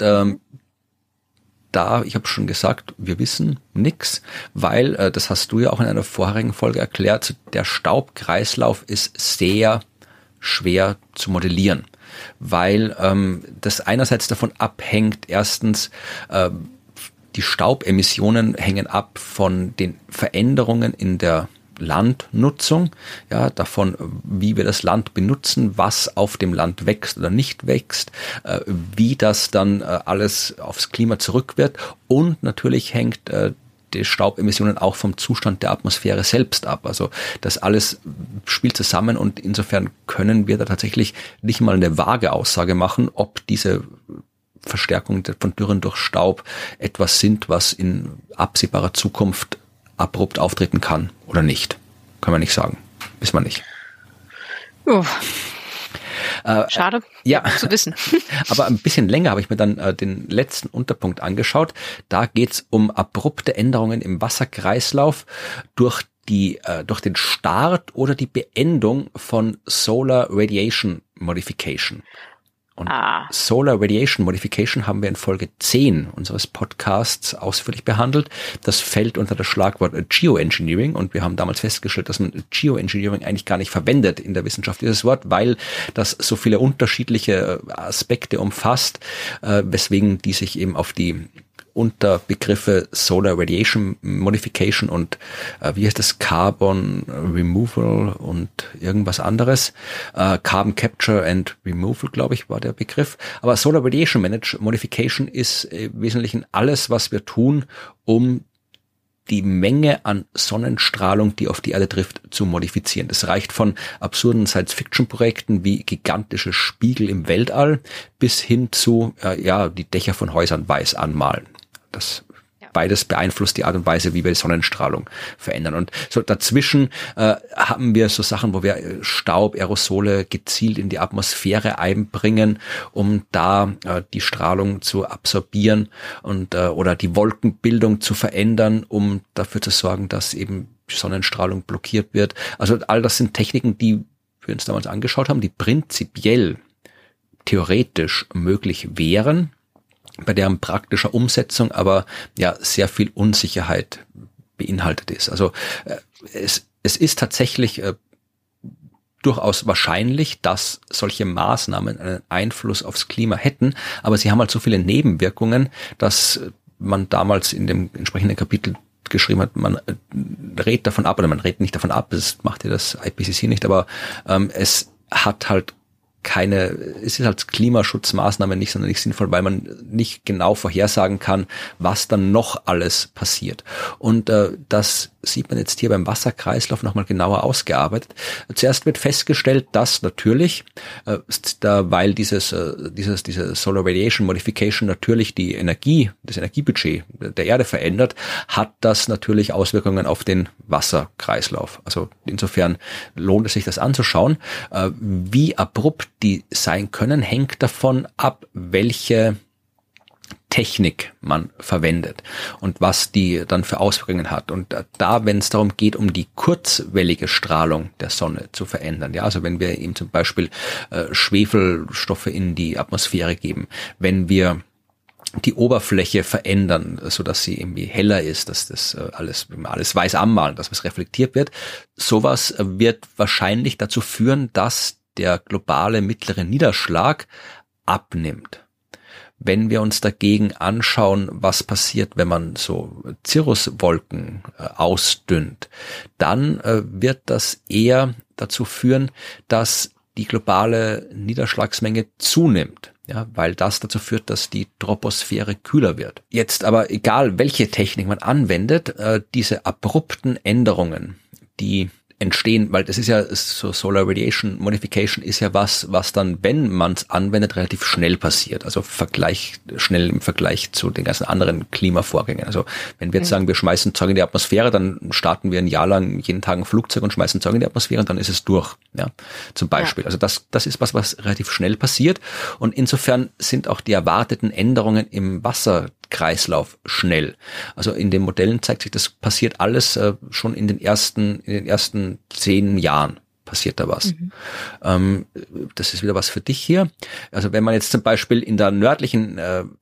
ich habe schon gesagt, wir wissen nix, weil, das hast du ja auch in einer vorherigen Folge erklärt, der Staubkreislauf ist sehr schwer zu modellieren, weil das einerseits davon abhängt, erstens, die Staubemissionen hängen ab von den Veränderungen in der Landnutzung, ja, davon, wie wir das Land benutzen, was auf dem Land wächst oder nicht wächst, wie das dann alles aufs Klima zurückwirkt und natürlich hängt die Staubemissionen auch vom Zustand der Atmosphäre selbst ab. Also das alles spielt zusammen und insofern können wir da tatsächlich nicht mal eine vage Aussage machen, ob diese Verstärkung von Dürren durch Staub etwas sind, was in absehbarer Zukunft abrupt auftreten kann oder nicht. Kann man nicht sagen. Wissen wir nicht. Schade, ja, zu wissen. Aber ein bisschen länger habe ich mir dann den letzten Unterpunkt angeschaut. Da geht es um abrupte Änderungen im Wasserkreislauf durch den Start oder die Beendung von Solar Radiation Modification. Und Solar Radiation Modification haben wir in Folge 10 unseres Podcasts ausführlich behandelt. Das fällt unter das Schlagwort Geoengineering und wir haben damals festgestellt, dass man Geoengineering eigentlich gar nicht verwendet in der Wissenschaft, dieses Wort, weil das so viele unterschiedliche Aspekte umfasst, weswegen die sich eben auf die Unterbegriffe Solar Radiation Modification und wie heißt das, Carbon Removal und irgendwas anderes. Carbon Capture and Removal, glaube ich, war der Begriff. Aber Solar Radiation Modification ist im Wesentlichen alles, was wir tun, um die Menge an Sonnenstrahlung, die auf die Erde trifft, zu modifizieren. Das reicht von absurden Science-Fiction-Projekten wie gigantische Spiegel im Weltall bis hin zu, die Dächer von Häusern weiß anmalen. Das beides beeinflusst die Art und Weise, wie wir die Sonnenstrahlung verändern. Und so dazwischen haben wir so Sachen, wo wir Staub, Aerosole gezielt in die Atmosphäre einbringen, um da die Strahlung zu absorbieren und oder die Wolkenbildung zu verändern, um dafür zu sorgen, dass eben Sonnenstrahlung blockiert wird. Also all das sind Techniken, die wir uns damals angeschaut haben, die prinzipiell theoretisch möglich wären, bei deren praktischer Umsetzung aber sehr viel Unsicherheit beinhaltet ist. Also es ist tatsächlich durchaus wahrscheinlich, dass solche Maßnahmen einen Einfluss aufs Klima hätten, aber sie haben halt so viele Nebenwirkungen, dass man damals in dem entsprechenden Kapitel geschrieben hat, man rät davon ab, oder man rät nicht davon ab, das macht ja das IPCC nicht, aber es hat halt es ist als Klimaschutzmaßnahme nicht sonderlich sinnvoll, weil man nicht genau vorhersagen kann, was dann noch alles passiert. Und das sieht man jetzt hier beim Wasserkreislauf nochmal genauer ausgearbeitet. Zuerst wird festgestellt, dass natürlich, weil diese Solar Radiation Modification natürlich das Energiebudget der Erde verändert, hat das natürlich Auswirkungen auf den Wasserkreislauf. Also insofern lohnt es sich, das anzuschauen. Wie abrupt die sein können, hängt davon ab, welche Technik man verwendet und was die dann für Auswirkungen hat. Und da, wenn es darum geht, um die kurzwellige Strahlung der Sonne zu verändern, also wenn wir ihm zum Beispiel Schwefelstoffe in die Atmosphäre geben, wenn wir die Oberfläche verändern, so dass sie irgendwie heller ist, dass das alles weiß anmalen, dass es reflektiert wird, sowas wird wahrscheinlich dazu führen, dass der globale mittlere Niederschlag abnimmt. Wenn wir uns dagegen anschauen, was passiert, wenn man so Cirruswolken ausdünnt, dann wird das eher dazu führen, dass die globale Niederschlagsmenge zunimmt. Weil das dazu führt, dass die Troposphäre kühler wird. Jetzt aber egal, welche Technik man anwendet, diese abrupten Änderungen, die entstehen, weil das ist ja so, Solar Radiation Modification ist ja was dann, wenn man es anwendet, relativ schnell passiert. Also schnell im Vergleich zu den ganzen anderen Klimavorgängen. Also wenn wir jetzt sagen, wir schmeißen Zeug in die Atmosphäre, dann starten wir ein Jahr lang jeden Tag ein Flugzeug und schmeißen Zeug in die Atmosphäre und dann ist es durch. Zum Beispiel. Also das ist was relativ schnell passiert und insofern sind auch die erwarteten Änderungen im Wasserkreislauf schnell. Also in den Modellen zeigt sich, das passiert alles schon in den ersten 10 Jahren passiert da was. Das ist wieder was für dich hier. Also wenn man jetzt zum Beispiel in der nördlichen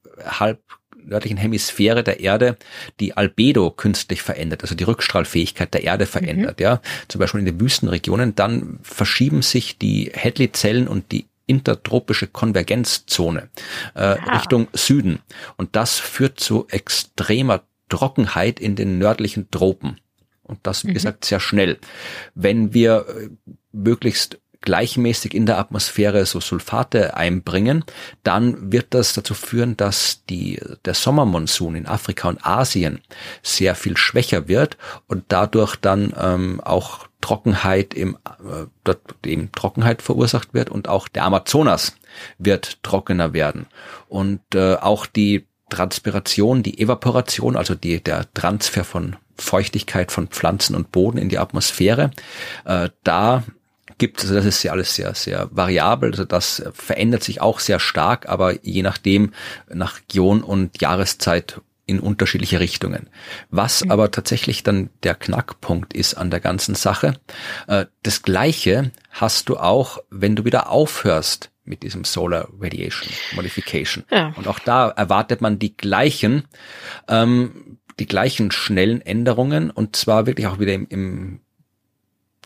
Hemisphäre der Erde die Albedo künstlich verändert, also die Rückstrahlfähigkeit der Erde verändert, zum Beispiel in den Wüstenregionen, dann verschieben sich die Hadley-Zellen und die intertropische Konvergenzzone Richtung Süden. Und das führt zu extremer Trockenheit in den nördlichen Tropen. Und das, wie gesagt, sehr schnell. Wenn wir möglichst gleichmäßig in der Atmosphäre so Sulfate einbringen, dann wird das dazu führen, dass der Sommermonsun in Afrika und Asien sehr viel schwächer wird und dadurch dann auch Trockenheit dort eben Trockenheit verursacht wird und auch der Amazonas wird trockener werden. Und auch die Transpiration, die Evaporation, also der Transfer von Feuchtigkeit von Pflanzen und Boden in die Atmosphäre, da gibt es, also das ist ja alles sehr, sehr variabel, also das verändert sich auch sehr stark, aber je nachdem nach Region und Jahreszeit in unterschiedliche Richtungen. Was aber tatsächlich dann der Knackpunkt ist an der ganzen Sache, das Gleiche hast du auch, wenn du wieder aufhörst mit diesem Solar Radiation Modification. Ja. Und auch da erwartet man die gleichen schnellen Änderungen und zwar wirklich auch wieder im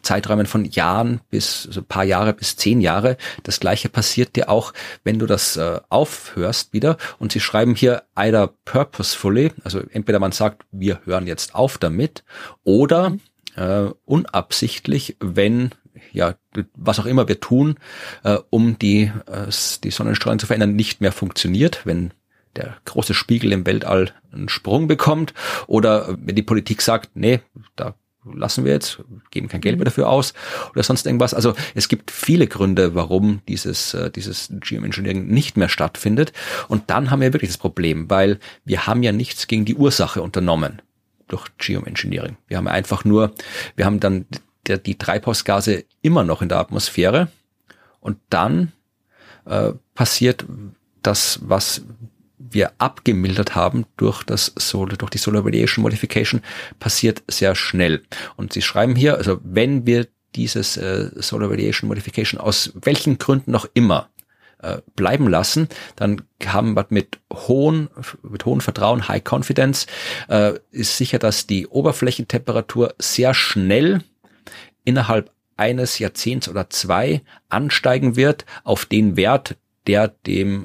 Zeiträumen von Jahren bis, also ein paar Jahre bis 10 Jahre. Das Gleiche passiert dir auch, wenn du das aufhörst wieder. Und sie schreiben hier either purposefully, also entweder man sagt, wir hören jetzt auf damit, oder unabsichtlich, wenn ja, was auch immer wir tun, um die Sonnenstrahlen zu verändern, nicht mehr funktioniert, wenn der große Spiegel im Weltall einen Sprung bekommt, oder wenn die Politik sagt, nee, da lassen wir jetzt, geben kein Geld mehr dafür aus oder sonst irgendwas. Also es gibt viele Gründe, warum dieses Geoengineering nicht mehr stattfindet. Und dann haben wir wirklich das Problem, weil wir haben ja nichts gegen die Ursache unternommen durch Geoengineering. Wir haben dann die Treibhausgase immer noch in der Atmosphäre, und dann passiert das, was wir abgemildert haben durch die Solar Radiation Modification, passiert sehr schnell. Und sie schreiben hier, also wenn wir dieses Solar Radiation Modification aus welchen Gründen noch immer bleiben lassen, dann haben wir mit hohem Vertrauen, High Confidence, ist sicher, dass die Oberflächentemperatur sehr schnell innerhalb eines Jahrzehnts oder 2 ansteigen wird auf den Wert, der dem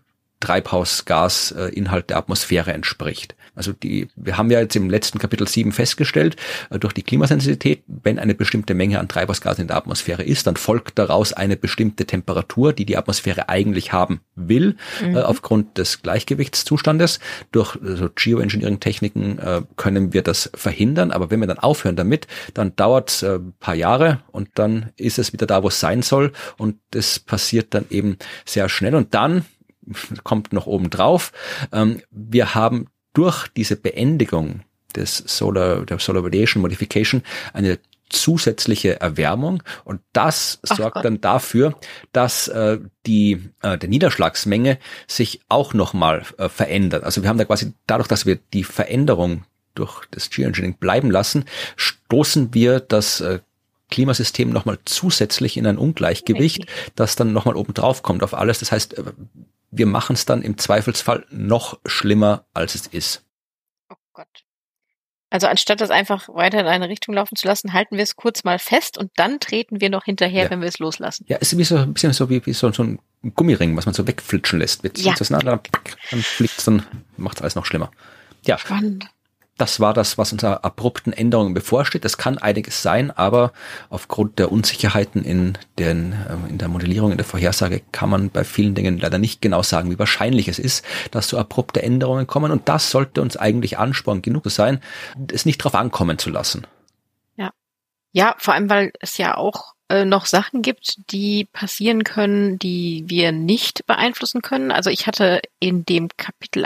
Treibhausgasinhalt der Atmosphäre entspricht. Also wir haben ja jetzt im letzten Kapitel 7 festgestellt, durch die Klimasensitivität, wenn eine bestimmte Menge an Treibhausgasen in der Atmosphäre ist, dann folgt daraus eine bestimmte Temperatur, die Atmosphäre eigentlich haben will, aufgrund des Gleichgewichtszustandes. Durch Geoengineering-Techniken können wir das verhindern, aber wenn wir dann aufhören damit, dann dauert es ein paar Jahre und dann ist es wieder da, wo es sein soll, und das passiert dann eben sehr schnell. Und dann kommt noch oben drauf, wir haben durch diese Beendigung der Solar Radiation Modification eine zusätzliche Erwärmung, und das sorgt dann dafür, dass der Niederschlagsmenge sich auch nochmal verändert. Also wir haben da quasi, dadurch, dass wir die Veränderung durch das Geoengineering bleiben lassen, stoßen wir das Klimasystem nochmal zusätzlich in ein Ungleichgewicht, das dann nochmal oben drauf kommt auf alles. Das heißt, wir machen es dann im Zweifelsfall noch schlimmer, als es ist. Oh Gott. Also anstatt das einfach weiter in eine Richtung laufen zu lassen, halten wir es kurz mal fest und dann treten wir noch hinterher, wenn wir es loslassen. Ja, es ist ein bisschen so wie so ein Gummiring, was man so wegflitschen lässt. Wir ziehen das dann fliegt es, dann macht es alles noch schlimmer. Ja. Spannend. Das war das, was unserer abrupten Änderungen bevorsteht. Das kann einiges sein, aber aufgrund der Unsicherheiten in der Modellierung, in der Vorhersage, kann man bei vielen Dingen leider nicht genau sagen, wie wahrscheinlich es ist, dass so abrupte Änderungen kommen. Und das sollte uns eigentlich Ansporn genug sein, es nicht drauf ankommen zu lassen. Ja, vor allem, weil es ja auch noch Sachen gibt, die passieren können, die wir nicht beeinflussen können. Also ich hatte in dem Kapitel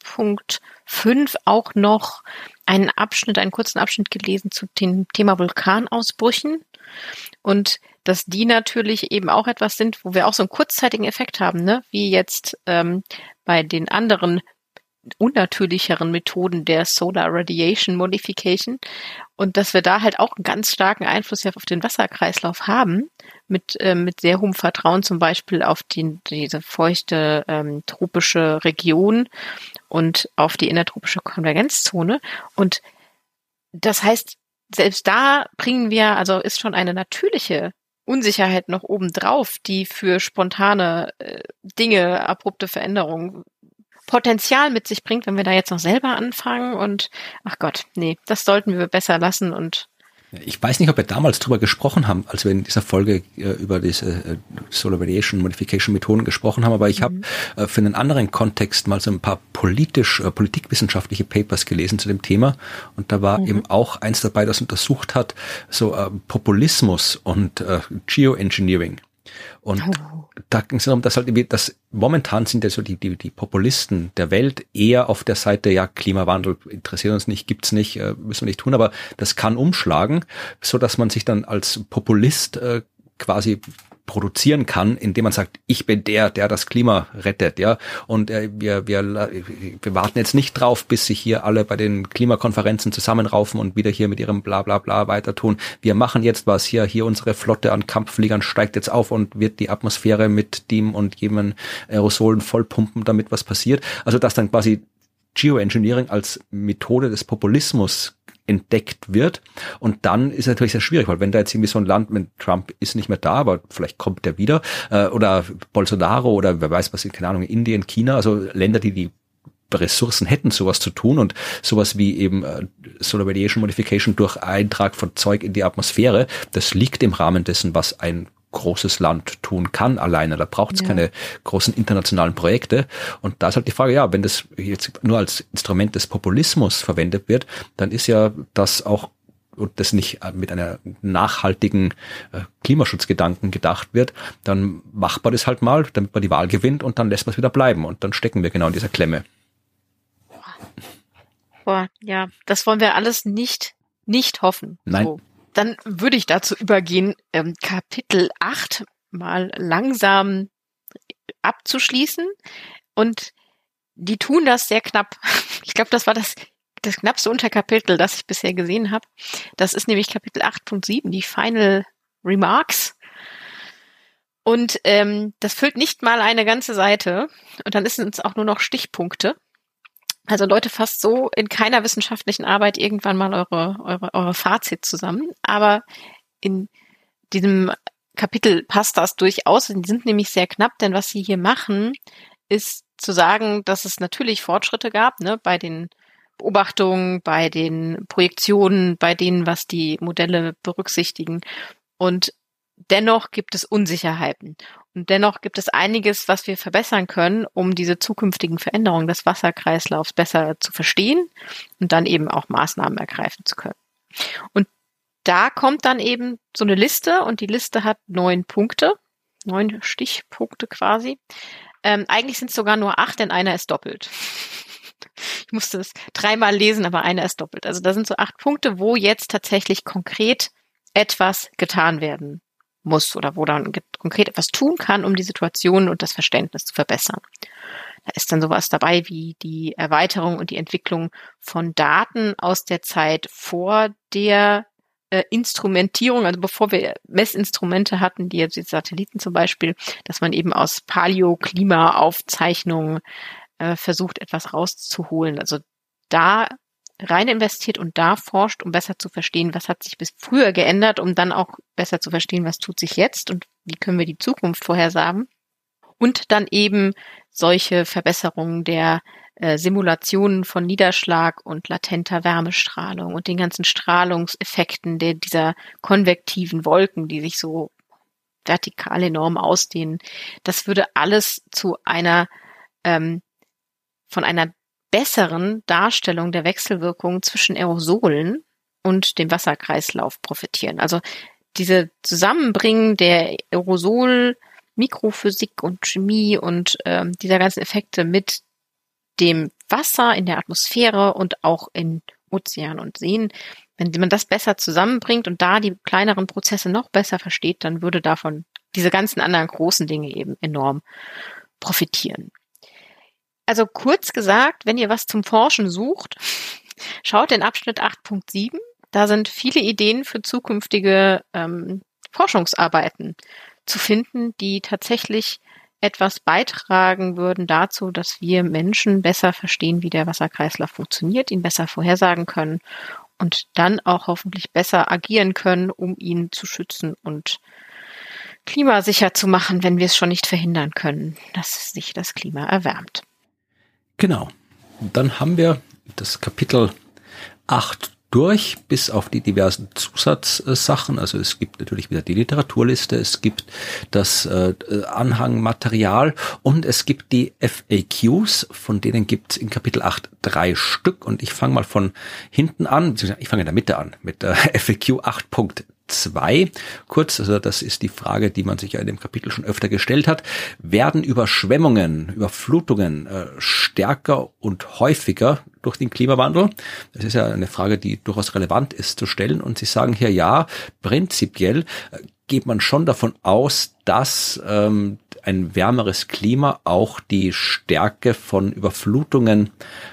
8.5 auch noch einen kurzen Abschnitt gelesen zu dem Thema Vulkanausbrüchen, und dass die natürlich eben auch etwas sind, wo wir auch so einen kurzzeitigen Effekt haben, ne? Wie jetzt bei den anderen unnatürlicheren Methoden der Solar Radiation Modification, und dass wir da halt auch einen ganz starken Einfluss auf den Wasserkreislauf haben, mit sehr hohem Vertrauen zum Beispiel auf diese feuchte tropische Region und auf die innertropische Konvergenzzone. Und das heißt, selbst da ist schon eine natürliche Unsicherheit noch obendrauf, die für spontane Dinge, abrupte Veränderungen Potenzial mit sich bringt, wenn wir da jetzt noch selber anfangen, und ach Gott, nee, das sollten wir besser lassen. Und ich weiß nicht, ob wir damals drüber gesprochen haben, als wir in dieser Folge über diese Solar Radiation Modification Methoden gesprochen haben, aber ich habe für einen anderen Kontext mal so ein paar politikwissenschaftliche Papers gelesen zu dem Thema, und da war eben auch eins dabei, das untersucht hat, so Populismus und Geoengineering. Und da ging es darum, dass momentan sind ja so die Populisten der Welt eher auf der Seite, ja, Klimawandel interessiert uns nicht, gibt's nicht, müssen wir nicht tun, aber das kann umschlagen, so dass man sich dann als Populist quasi produzieren kann, indem man sagt, ich bin der das Klima rettet, ja, und wir warten jetzt nicht drauf, bis sich hier alle bei den Klimakonferenzen zusammenraufen und wieder hier mit ihrem bla bla bla weiter tun. Wir machen jetzt was, hier unsere Flotte an Kampffliegern steigt jetzt auf und wird die Atmosphäre mit dem und jenem Aerosolen vollpumpen, damit was passiert. Also dass dann quasi Geoengineering als Methode des Populismus entdeckt wird. Und dann ist es natürlich sehr schwierig, weil wenn da jetzt irgendwie so ein Land, wenn Trump ist nicht mehr da, aber vielleicht kommt der wieder, oder Bolsonaro oder wer weiß was, keine Ahnung, Indien, China, also Länder, die Ressourcen hätten, sowas zu tun und sowas wie eben Solar Radiation Modification durch Eintrag von Zeug in die Atmosphäre, das liegt im Rahmen dessen, was ein großes Land tun kann alleine. Da braucht es keine großen internationalen Projekte. Und da ist halt die Frage, ja, wenn das jetzt nur als Instrument des Populismus verwendet wird, dann ist ja das auch, und das nicht mit einer nachhaltigen Klimaschutzgedanken gedacht wird, dann macht man das halt mal, damit man die Wahl gewinnt und dann lässt man es wieder bleiben. Und dann stecken wir genau in dieser Klemme. Boah, ja, das wollen wir alles nicht hoffen. Nein. So. Dann würde ich dazu übergehen, Kapitel 8 mal langsam abzuschließen. Und die tun das sehr knapp. Ich glaube, das war das knappste Unterkapitel, das ich bisher gesehen habe. Das ist nämlich Kapitel 8.7, die Final Remarks. Und das füllt nicht mal eine ganze Seite. Und dann sind es auch nur noch Stichpunkte. Also Leute, fasst so in keiner wissenschaftlichen Arbeit irgendwann mal eure Fazit zusammen. Aber in diesem Kapitel passt das durchaus. Die sind nämlich sehr knapp, denn was sie hier machen, ist zu sagen, dass es natürlich Fortschritte gab, ne, bei den Beobachtungen, bei den Projektionen, bei denen, was die Modelle berücksichtigen. Und dennoch gibt es Unsicherheiten. Und dennoch gibt es einiges, was wir verbessern können, um diese zukünftigen Veränderungen des Wasserkreislaufs besser zu verstehen und dann eben auch Maßnahmen ergreifen zu können. Und da kommt dann eben so eine Liste und die Liste hat 9 Punkte, 9 Stichpunkte quasi. Eigentlich sind es sogar nur 8, denn einer ist doppelt. Ich musste es 3-mal lesen, aber einer ist doppelt. Also da sind so 8 Punkte, wo jetzt tatsächlich konkret etwas getan werden muss oder wo dann konkret etwas tun kann, um die Situation und das Verständnis zu verbessern. Da ist dann sowas dabei wie die Erweiterung und die Entwicklung von Daten aus der Zeit vor der Instrumentierung, also bevor wir Messinstrumente hatten, die jetzt die Satelliten zum Beispiel, dass man eben aus Paleo-Klima-Aufzeichnungen versucht, etwas rauszuholen. Also da rein investiert und da forscht, um besser zu verstehen, was hat sich bis früher geändert, um dann auch besser zu verstehen, was tut sich jetzt und wie können wir die Zukunft vorhersagen. Und dann eben solche Verbesserungen der Simulationen von Niederschlag und latenter Wärmestrahlung und den ganzen Strahlungseffekten dieser konvektiven Wolken, die sich so vertikal enorm ausdehnen. Das würde alles zu einer von einer besseren Darstellung der Wechselwirkung zwischen Aerosolen und dem Wasserkreislauf profitieren. Also diese Zusammenbringen der Aerosol-Mikrophysik und Chemie und dieser ganzen Effekte mit dem Wasser in der Atmosphäre und auch in Ozeanen und Seen, wenn man das besser zusammenbringt und da die kleineren Prozesse noch besser versteht, dann würde davon diese ganzen anderen großen Dinge eben enorm profitieren. Also kurz gesagt, wenn ihr was zum Forschen sucht, schaut in Abschnitt 8.7. Da sind viele Ideen für zukünftige Forschungsarbeiten zu finden, die tatsächlich etwas beitragen würden dazu, dass wir Menschen besser verstehen, wie der Wasserkreislauf funktioniert, ihn besser vorhersagen können und dann auch hoffentlich besser agieren können, um ihn zu schützen und klimasicher zu machen, wenn wir es schon nicht verhindern können, dass sich das Klima erwärmt. Genau. Und dann haben wir das Kapitel 8 durch, bis auf die diversen Zusatzsachen. Also es gibt natürlich wieder die Literaturliste, es gibt das Anhangmaterial und es gibt die FAQs, von denen gibt es in Kapitel 8 3 Stück. Und ich fange mal von hinten an, ich fange in der Mitte an, mit FAQ 8.2. Kurz, also das ist die Frage, die man sich ja in dem Kapitel schon öfter gestellt hat. Werden Überschwemmungen, Überflutungen stärker und häufiger durch den Klimawandel? Das ist ja eine Frage, die durchaus relevant ist zu stellen. Und Sie sagen hier, ja, prinzipiell geht man schon davon aus, dass ein wärmeres Klima auch die Stärke von Überflutungen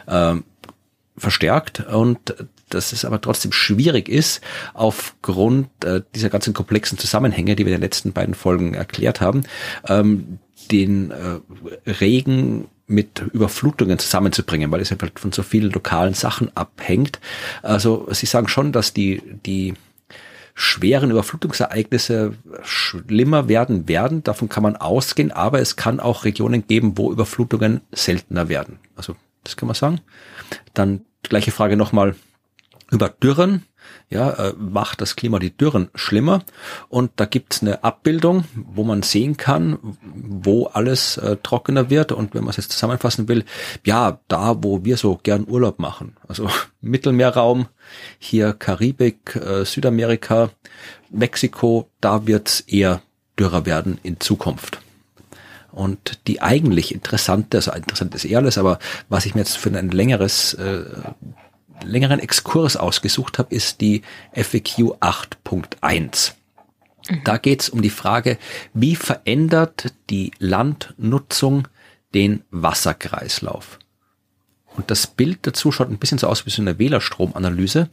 verstärkt und dass es aber trotzdem schwierig ist, aufgrund dieser ganzen komplexen Zusammenhänge, die wir in den letzten beiden Folgen erklärt haben, den Regen mit Überflutungen zusammenzubringen, weil es halt von so vielen lokalen Sachen abhängt. Also Sie sagen schon, dass die schweren Überflutungsereignisse schlimmer werden. Davon kann man ausgehen, aber es kann auch Regionen geben, wo Überflutungen seltener werden. Also das kann man sagen. Dann gleiche Frage nochmal über Dürren. Ja, macht das Klima die Dürren schlimmer? Und da gibt's eine Abbildung, wo man sehen kann, wo alles trockener wird. Und wenn man es jetzt zusammenfassen will, ja, da, wo wir so gern Urlaub machen. Also Mittelmeerraum, hier Karibik, Südamerika, Mexiko, da wird's eher dürrer werden in Zukunft. Und die eigentlich interessant ist eher alles, aber was ich mir jetzt für ein längeren Exkurs ausgesucht habe, ist die FAQ 8.1. Da geht es um die Frage, wie verändert die Landnutzung den Wasserkreislauf? Und das Bild dazu schaut ein bisschen so aus wie so eine Wählerstromanalyse,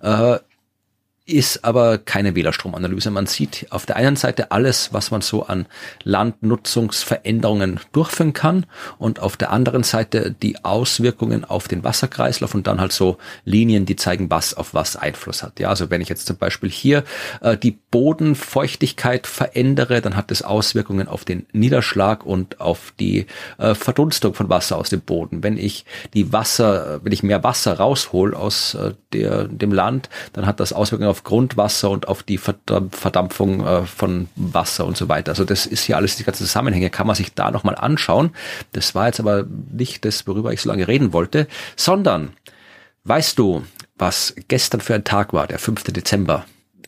ist aber keine Wählerstromanalyse. Man sieht auf der einen Seite alles, was man so an Landnutzungsveränderungen durchführen kann und auf der anderen Seite die Auswirkungen auf den Wasserkreislauf und dann halt so Linien, die zeigen, was auf was Einfluss hat. Ja, also wenn ich jetzt zum Beispiel hier die Bodenfeuchtigkeit verändere, dann hat das Auswirkungen auf den Niederschlag und auf die Verdunstung von Wasser aus dem Boden. Wenn ich mehr Wasser raushol aus dem Land, dann hat das Auswirkungen auf Grundwasser und auf die Verdampfung von Wasser und so weiter. Also das ist hier alles, die ganzen Zusammenhänge kann man sich da nochmal anschauen. Das war jetzt aber nicht das, worüber ich so lange reden wollte, sondern weißt du, was gestern für ein Tag war, der 5. Dezember?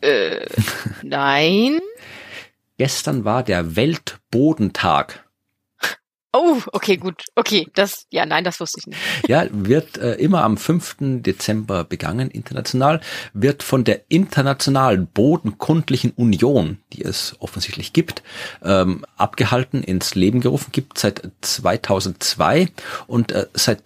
Nein. Gestern war der Weltbodentag. Oh, okay, gut. Okay, das wusste ich nicht. Ja, wird immer am 5. Dezember begangen, international, wird von der Internationalen Bodenkundlichen Union, die es offensichtlich gibt, abgehalten, ins Leben gerufen, gibt seit 2002 und seit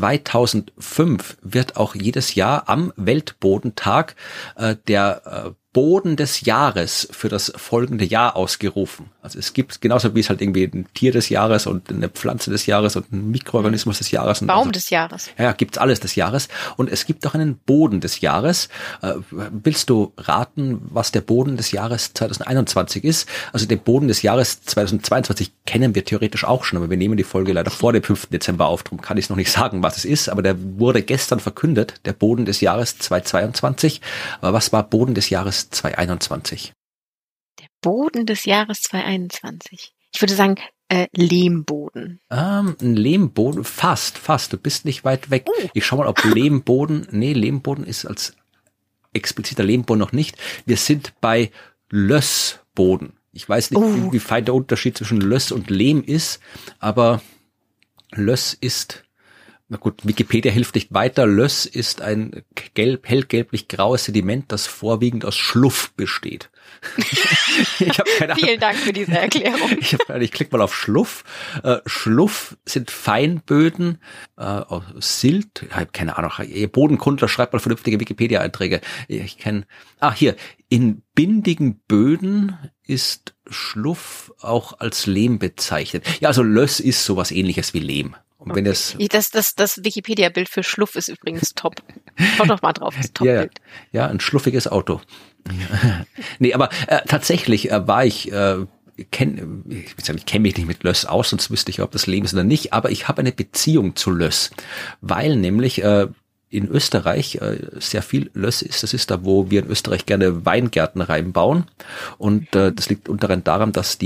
2005 wird auch jedes Jahr am Weltbodentag der Boden des Jahres für das folgende Jahr ausgerufen. Also es gibt genauso wie es halt irgendwie ein Tier des Jahres und eine Pflanze des Jahres und ein Mikroorganismus des Jahres. Und Baum des Jahres. Ja, gibt's alles des Jahres. Und es gibt auch einen Boden des Jahres. Willst du raten, was der Boden des Jahres 2021 ist? Also den Boden des Jahres 2022 kennen wir theoretisch auch schon, aber wir nehmen die Folge leider vor dem 5. Dezember auf. Darum kann ich es noch nicht sagen, was es ist. Aber der wurde gestern verkündet, der Boden des Jahres 2022. Aber was war Boden des Jahres 2021? Der Boden des Jahres 2021. Ich würde sagen, Lehmboden. Ein Lehmboden, fast. Du bist nicht weit weg. Ich schau mal, ob Lehmboden ist als expliziter Lehmboden noch nicht. Wir sind bei Lössboden. Ich weiß nicht, wie fein der Unterschied zwischen Löss und Lehm ist, aber Löss ist, na gut, Wikipedia hilft nicht weiter. Löss ist ein hellgelblich-graues Sediment, das vorwiegend aus Schluff besteht. Ich habe keine Ahnung. Vielen Dank für diese Erklärung. Ich klicke mal auf Schluff. Schluff sind Feinböden, aus Silt. Ich habe keine Ahnung. Ihr Bodenkundler schreibt mal vernünftige Wikipedia-Einträge. Hier. In bindigen Böden ist Schluff auch als Lehm bezeichnet. Ja, also Löss ist sowas Ähnliches wie Lehm. Und wenn das Wikipedia-Bild für Schluff ist übrigens top. Schau doch mal drauf, das Top-Bild. Ja, ein schluffiges Auto. Nee, aber tatsächlich war ich kenne mich nicht mit Löss aus, sonst wüsste ich, ob das Lehm ist oder nicht, aber ich habe eine Beziehung zu Löss, weil nämlich in Österreich sehr viel Löss ist. Das ist da, wo wir in Österreich gerne Weingärten reinbauen. Und das liegt unter anderem daran, dass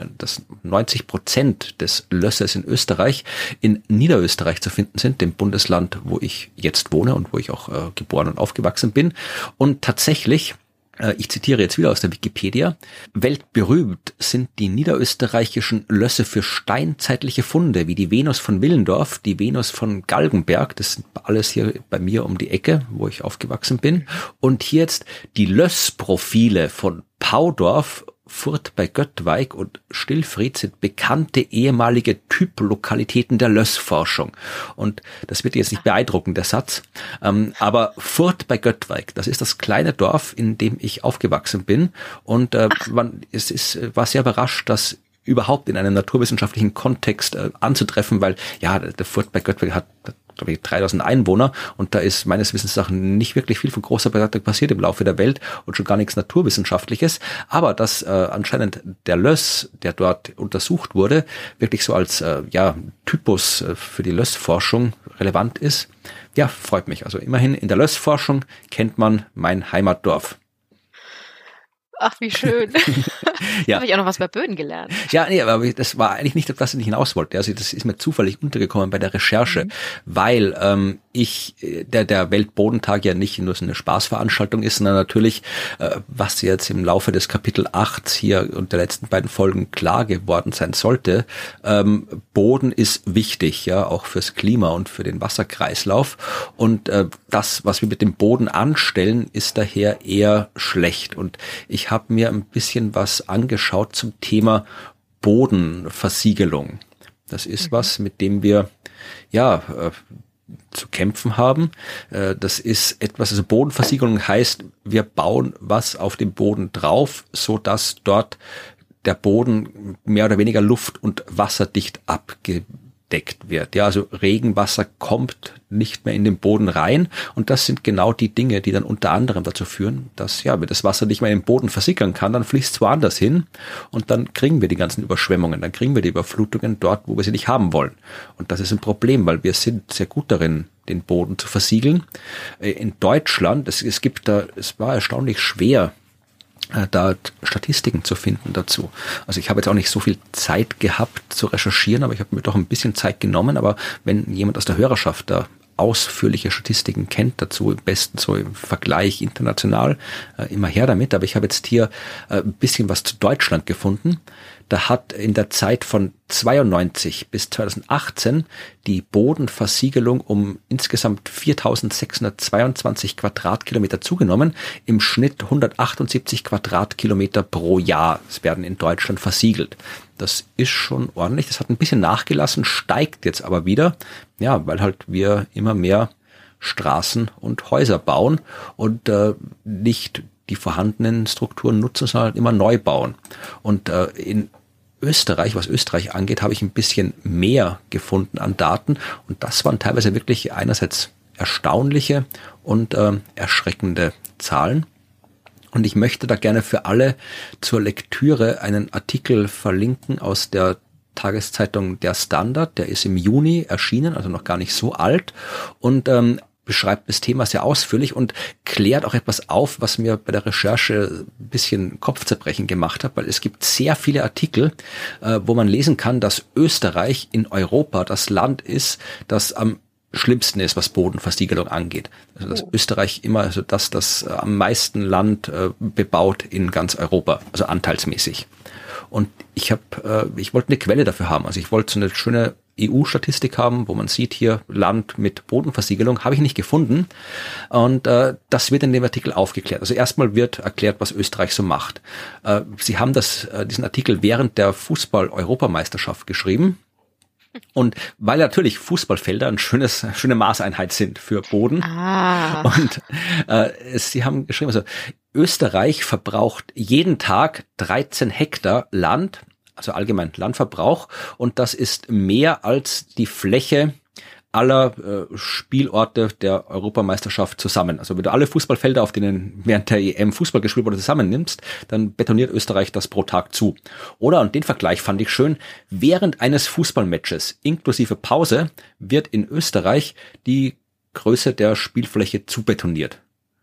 90% des Lösses in Österreich in Niederösterreich zu finden sind, dem Bundesland, wo ich jetzt wohne und wo ich auch geboren und aufgewachsen bin. Und tatsächlich, ich zitiere jetzt wieder aus der Wikipedia, weltberühmt sind die niederösterreichischen Lösse für steinzeitliche Funde, wie die Venus von Willendorf, die Venus von Galgenberg, das sind alles hier bei mir um die Ecke, wo ich aufgewachsen bin, und hier jetzt die Lössprofile von Paudorf, Furth bei Göttweig und Stillfried sind bekannte ehemalige Typlokalitäten der Lössforschung. Und das wird jetzt nicht beeindrucken, der Satz. Aber Furth bei Göttweig, das ist das kleine Dorf, in dem ich aufgewachsen bin. Und war sehr überrascht, dass überhaupt in einem naturwissenschaftlichen Kontext anzutreffen, weil ja, der Furt bei Göttingen hat, glaube ich, 3000 Einwohner und da ist meines Wissens nach nicht wirklich viel von großer Bedeutung passiert im Laufe der Welt und schon gar nichts Naturwissenschaftliches. Aber dass anscheinend der Löss, der dort untersucht wurde, wirklich so als Typus für die Lössforschung relevant ist, ja, freut mich. Also immerhin in der Lössforschung kennt man mein Heimatdorf. Ach, wie schön. Ja. Habe ich auch noch was bei Böden gelernt. Ja, nee, aber das war eigentlich nicht, auf das ich hinaus wollte. Also das ist mir zufällig untergekommen bei der Recherche, weil der Weltbodentag ja nicht nur so eine Spaßveranstaltung ist, sondern natürlich, was jetzt im Laufe des Kapitel 8 hier und der letzten beiden Folgen klar geworden sein sollte, Boden ist wichtig, ja, auch fürs Klima und für den Wasserkreislauf. Und das, was wir mit dem Boden anstellen, ist daher eher schlecht. Und ich habe mir ein bisschen was angeschaut zum Thema Bodenversiegelung. Das ist was, mit dem wir zu kämpfen haben. Das ist etwas, also Bodenversiegelung heißt, wir bauen was auf dem Boden drauf, so dass dort der Boden mehr oder weniger luft- und wasserdicht abgedeckt wird. Ja, also Regenwasser kommt nicht mehr in den Boden rein und das sind genau die Dinge, die dann unter anderem dazu führen, dass wenn das Wasser nicht mehr im Boden versickern kann, dann fließt es woanders hin und dann kriegen wir die ganzen Überschwemmungen, dann kriegen wir die Überflutungen dort, wo wir sie nicht haben wollen. Und das ist ein Problem, weil wir sind sehr gut darin, den Boden zu versiegeln. In Deutschland, es war erstaunlich schwer, da Statistiken zu finden dazu. Also ich habe jetzt auch nicht so viel Zeit gehabt zu recherchieren, aber ich habe mir doch ein bisschen Zeit genommen. Aber wenn jemand aus der Hörerschaft da ausführliche Statistiken kennt dazu, am besten so im Vergleich international, immer her damit. Aber ich habe jetzt hier ein bisschen was zu Deutschland gefunden. Da hat in der Zeit von 92 bis 2018 die Bodenversiegelung um insgesamt 4.622 Quadratkilometer zugenommen, im Schnitt 178 Quadratkilometer pro Jahr. Es werden in Deutschland versiegelt. Das ist schon ordentlich. Das hat ein bisschen nachgelassen, steigt jetzt aber wieder, ja, weil halt wir immer mehr Straßen und Häuser bauen und nicht die vorhandenen Strukturen nutzen, sondern halt immer neu bauen. Und in Österreich, was Österreich angeht, habe ich ein bisschen mehr gefunden an Daten und das waren teilweise wirklich einerseits erstaunliche und erschreckende Zahlen. Und ich möchte da gerne für alle zur Lektüre einen Artikel verlinken aus der Tageszeitung Der Standard. Der ist im Juni erschienen, also noch gar nicht so alt und beschreibt das Thema sehr ausführlich und klärt auch etwas auf, was mir bei der Recherche ein bisschen Kopfzerbrechen gemacht hat, weil es gibt sehr viele Artikel, wo man lesen kann, dass Österreich in Europa das Land ist, das am schlimmsten ist, was Bodenversiegelung angeht. Also dass Österreich immer, also das am meisten Land bebaut in ganz Europa, also anteilsmäßig. Und ich wollte eine Quelle dafür haben. Also ich wollte so eine schöne EU-Statistik haben, wo man sieht hier Land mit Bodenversiegelung, habe ich nicht gefunden. Und das wird in dem Artikel aufgeklärt. Also erstmal wird erklärt, was Österreich so macht. Sie haben diesen Artikel während der Fußball-Europameisterschaft geschrieben. Und weil natürlich Fußballfelder eine schöne Maßeinheit sind für Boden. Und sie haben geschrieben, also Österreich verbraucht jeden Tag 13 Hektar Land, also allgemein Landverbrauch, und das ist mehr als die Fläche aller Spielorte der Europameisterschaft zusammen. Also wenn du alle Fußballfelder, auf denen während der EM Fußball gespielt wurde, zusammennimmst, dann betoniert Österreich das pro Tag zu. Oder, und den Vergleich fand ich schön, während eines Fußballmatches inklusive Pause wird in Österreich die Größe der Spielfläche zubetoniert.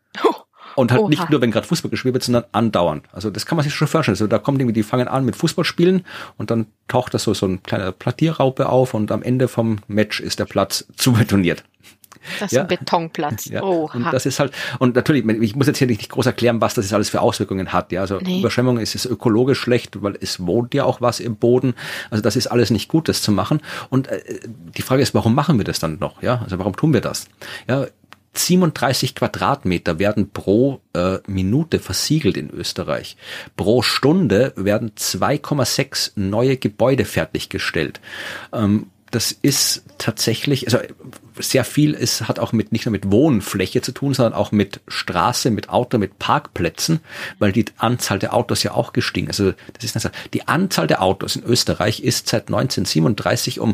Und halt nicht nur, wenn gerade Fußball gespielt wird, sondern andauernd. Also das kann man sich schon vorstellen. Also da kommt irgendwie, die fangen an mit Fußballspielen und dann taucht das so ein kleiner Plattierraupe auf und am Ende vom Match ist der Platz zubetoniert. Das ist ein Betonplatz. Ja. Und das ist halt, und natürlich, ich muss jetzt hier nicht groß erklären, was das jetzt alles für Auswirkungen hat. Ja, also Überschwemmung ist ökologisch schlecht, weil es wohnt ja auch was im Boden. Also das ist alles nicht gut, das zu machen. Und die Frage ist, warum machen wir das dann noch? Ja, also warum tun wir das? Ja, 37 Quadratmeter werden pro Minute versiegelt in Österreich. Pro Stunde werden 2,6 neue Gebäude fertiggestellt. Das ist tatsächlich, also sehr viel hat auch nicht nur mit Wohnfläche zu tun, sondern auch mit Straße, mit Auto, mit Parkplätzen, weil die Anzahl der Autos ja auch gestiegen ist. Also die Anzahl der Autos in Österreich ist seit 1937 um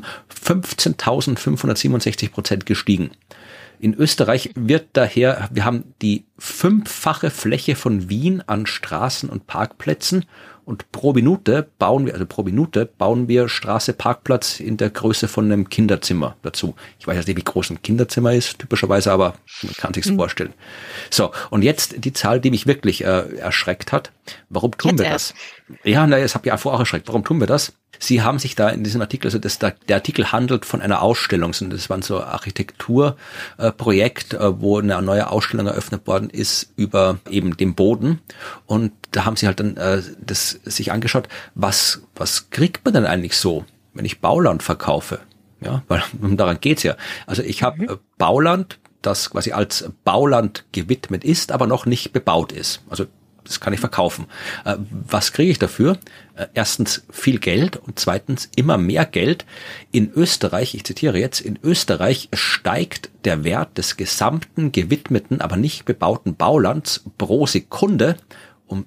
15.567% gestiegen. In Österreich wir haben die 5-fache Fläche von Wien an Straßen und Parkplätzen und pro Minute bauen wir Straße, Parkplatz in der Größe von einem Kinderzimmer dazu. Ich weiß jetzt nicht, wie groß ein Kinderzimmer ist, typischerweise, aber man kann sich's vorstellen. So, und jetzt die Zahl, die mich wirklich erschreckt hat. Warum tun wir das? Ja, es hat mich auch erschreckt. Warum tun wir das? Sie haben sich da in diesem Artikel, also der Artikel handelt von einer Ausstellung, das war so ein Architekturprojekt, wo eine neue Ausstellung eröffnet worden ist über eben den Boden. Und da haben sie halt dann das sich angeschaut, was kriegt man denn eigentlich so, wenn ich Bauland verkaufe? Ja, weil daran geht's ja. Also ich habe Bauland, das quasi als Bauland gewidmet ist, aber noch nicht bebaut ist. Also das kann ich verkaufen. Was kriege ich dafür? Erstens viel Geld und zweitens immer mehr Geld. In Österreich, ich zitiere jetzt, in Österreich steigt der Wert des gesamten gewidmeten, aber nicht bebauten Baulands pro Sekunde um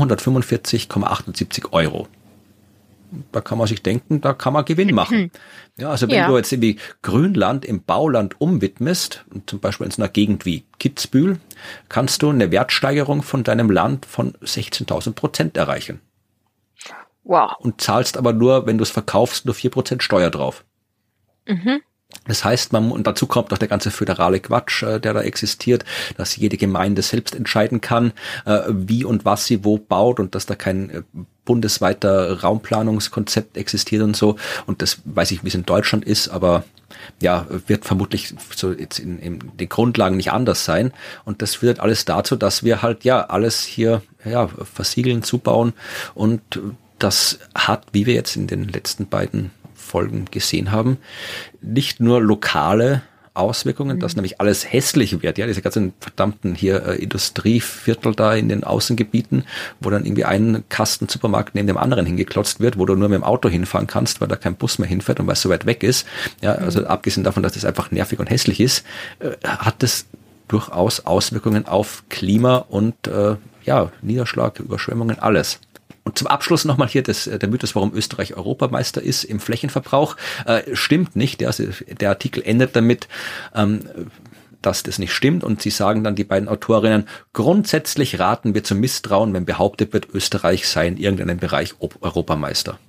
745,78 Euro. Da kann man sich denken, da kann man Gewinn machen. Ja, also wenn du jetzt irgendwie Grünland im Bauland umwidmest, zum Beispiel in so einer Gegend wie Kitzbühel, kannst du eine Wertsteigerung von deinem Land von 16.000% erreichen. Wow. Und zahlst aber nur, wenn du es verkaufst, nur 4% Steuer drauf. Mhm. Das heißt, und dazu kommt noch der ganze föderale Quatsch, der da existiert, dass jede Gemeinde selbst entscheiden kann, wie und was sie wo baut und dass da kein bundesweiter Raumplanungskonzept existiert und so. Und das weiß ich, wie es in Deutschland ist, aber ja, wird vermutlich so jetzt in den Grundlagen nicht anders sein. Und das führt alles dazu, dass wir halt alles hier versiegeln, zubauen. Und das hat, wie wir jetzt in den letzten beiden Folgen gesehen haben, nicht nur lokale Auswirkungen, dass nämlich alles hässlich wird, diese ganzen verdammten hier Industrieviertel da in den Außengebieten, wo dann irgendwie ein Kasten-Supermarkt neben dem anderen hingeklotzt wird, wo du nur mit dem Auto hinfahren kannst, weil da kein Bus mehr hinfährt und weil es so weit weg ist. Ja, also abgesehen davon, dass das einfach nervig und hässlich ist, hat das durchaus Auswirkungen auf Klima und Niederschlag, Überschwemmungen, alles. Und zum Abschluss nochmal hier der Mythos, warum Österreich Europameister ist im Flächenverbrauch. Stimmt nicht. Also der Artikel endet damit, dass das nicht stimmt. Und sie sagen dann, die beiden Autorinnen, grundsätzlich raten wir zum Misstrauen, wenn behauptet wird, Österreich sei in irgendeinem Bereich Europameister.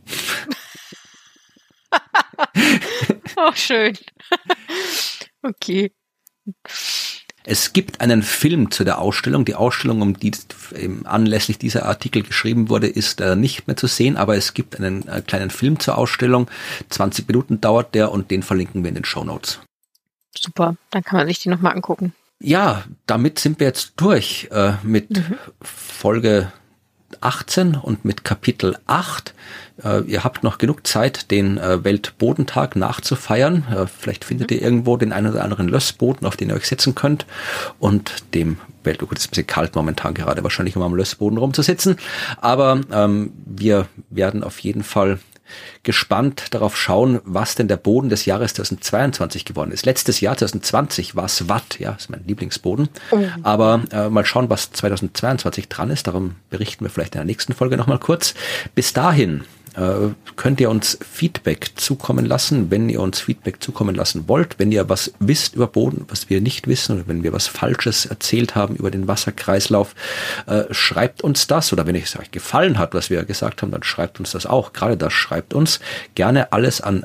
Oh, schön. Okay. Es gibt einen Film zu der Ausstellung. Die Ausstellung, um die anlässlich dieser Artikel geschrieben wurde, ist nicht mehr zu sehen, aber es gibt einen kleinen Film zur Ausstellung. 20 Minuten dauert der und den verlinken wir in den Shownotes. Super, dann kann man sich die nochmal angucken. Ja, damit sind wir jetzt durch mit Folge 18 und mit Kapitel 8. Ihr habt noch genug Zeit, den Weltbodentag nachzufeiern. Vielleicht findet ihr irgendwo den einen oder anderen Lössboden, auf den ihr euch setzen könnt. Und dem gut, ist ein bisschen kalt momentan gerade, wahrscheinlich um am Lössboden rumzusitzen. Aber wir werden auf jeden Fall gespannt darauf schauen, was denn der Boden des Jahres 2022 geworden ist. Letztes Jahr, 2020, war es Watt, ist mein Lieblingsboden. Aber mal schauen, was 2022 dran ist. Darum berichten wir vielleicht in der nächsten Folge nochmal kurz. Bis dahin könnt ihr uns Feedback zukommen lassen, wenn ihr uns Feedback zukommen lassen wollt. Wenn ihr was wisst über Boden, was wir nicht wissen, oder wenn wir was Falsches erzählt haben über den Wasserkreislauf, schreibt uns das. Oder wenn es euch gefallen hat, was wir gesagt haben, dann schreibt uns das auch. Gerade das schreibt uns gerne alles an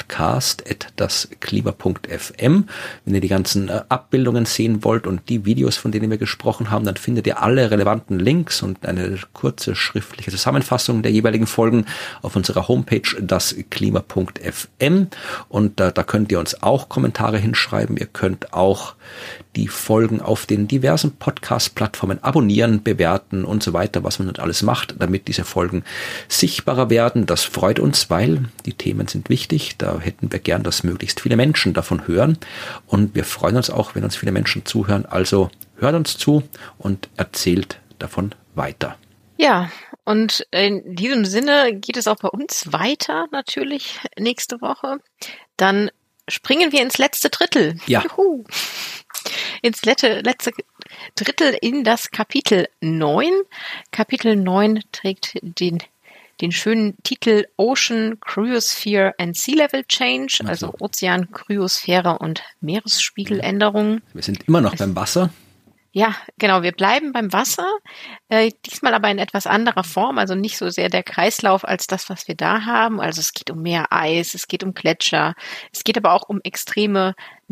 podcast@dasklima.fm. Wenn ihr die ganzen Abbildungen sehen wollt und die Videos, von denen wir gesprochen haben, dann findet ihr alle relevanten Links und eine kurze schriftliche Zusammenfassung der jeweiligen Folgen auf unserer Homepage dasklima.fm und da könnt ihr uns auch Kommentare hinschreiben. Ihr könnt auch die Folgen auf den diversen Podcast-Plattformen abonnieren, bewerten und so weiter, was man dort alles macht, damit diese Folgen sichtbarer werden. Das freut uns, weil die Themen sind wichtig. Da hätten wir gern, dass möglichst viele Menschen davon hören und wir freuen uns auch, wenn uns viele Menschen zuhören. Also hört uns zu und erzählt davon weiter. Ja, und in diesem Sinne geht es auch bei uns weiter natürlich nächste Woche. Dann springen wir ins letzte Drittel. Ja. Juhu. Ins letzte Drittel in das Kapitel 9. Kapitel 9 trägt den schönen Titel Ocean, Cryosphere and Sea Level Change, also Ozean, Kryosphäre und Meeresspiegeländerung. Wir sind immer noch beim Wasser. Ja, genau, wir bleiben beim Wasser, diesmal aber in etwas anderer Form, also nicht so sehr der Kreislauf als das, was wir da haben. Also es geht um Meereis, es geht um Gletscher, es geht aber auch um extreme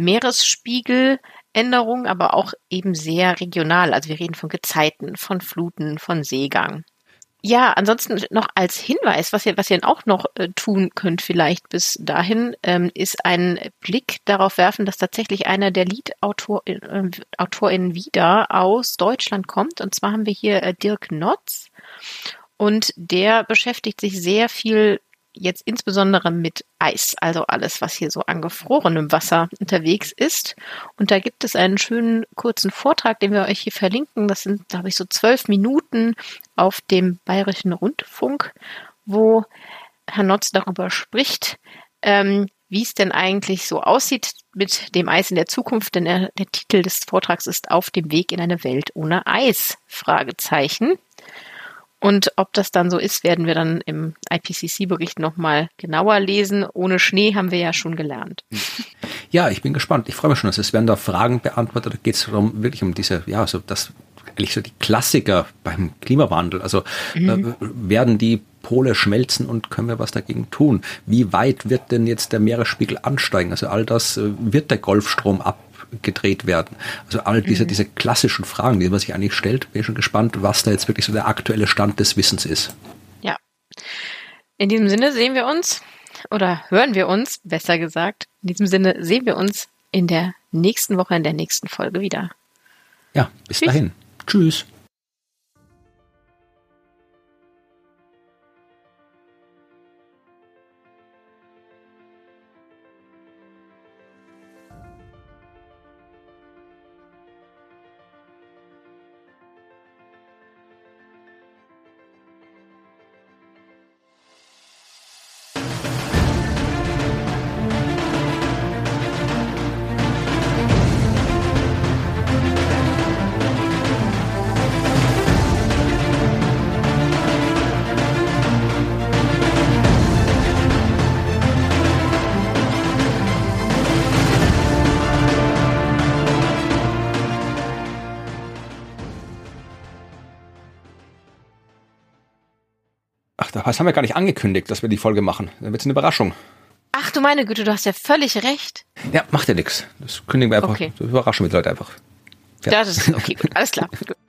Meeresspiegeländerungen, aber auch eben sehr regional. Also wir reden von Gezeiten, von Fluten, von Seegang. Ja, ansonsten noch als Hinweis, was ihr auch noch tun könnt vielleicht bis dahin, ist einen Blick darauf werfen, dass tatsächlich einer der Lead-AutorInnen wieder aus Deutschland kommt. Und zwar haben wir hier Dirk Notz. Und der beschäftigt sich sehr viel jetzt insbesondere mit Eis, also alles, was hier so an gefrorenem Wasser unterwegs ist. Und da gibt es einen schönen kurzen Vortrag, den wir euch hier verlinken. Das sind, glaube ich, so 12 Minuten auf dem Bayerischen Rundfunk, wo Herr Notz darüber spricht, wie es denn eigentlich so aussieht mit dem Eis in der Zukunft. Denn der Titel des Vortrags ist Auf dem Weg in eine Welt ohne Eis? Fragezeichen. Und ob das dann so ist, werden wir dann im IPCC-Bericht nochmal genauer lesen. Ohne Schnee haben wir ja schon gelernt. Ja, ich bin gespannt. Ich freue mich schon. Es werden da Fragen beantwortet. Da geht es wirklich um diese, ja, so das eigentlich so die Klassiker beim Klimawandel. Also werden die Pole schmelzen und können wir was dagegen tun? Wie weit wird denn jetzt der Meeresspiegel ansteigen? Also all das wird der Golfstrom abgedreht werden. Also all diese klassischen Fragen, die man sich eigentlich stellt, bin ich schon gespannt, was da jetzt wirklich so der aktuelle Stand des Wissens ist. Ja. In diesem Sinne sehen wir uns oder hören wir uns, besser gesagt. In diesem Sinne sehen wir uns in der nächsten Woche, in der nächsten Folge wieder. Ja, bis dahin. Tschüss. Das haben wir gar nicht angekündigt, dass wir die Folge machen. Dann wird es eine Überraschung. Ach du meine Güte, du hast ja völlig recht. Ja, macht ja nichts. Das kündigen wir einfach. Okay. Das überraschen wir die Leute einfach. Ja, das ist okay, gut, alles klar. Gut.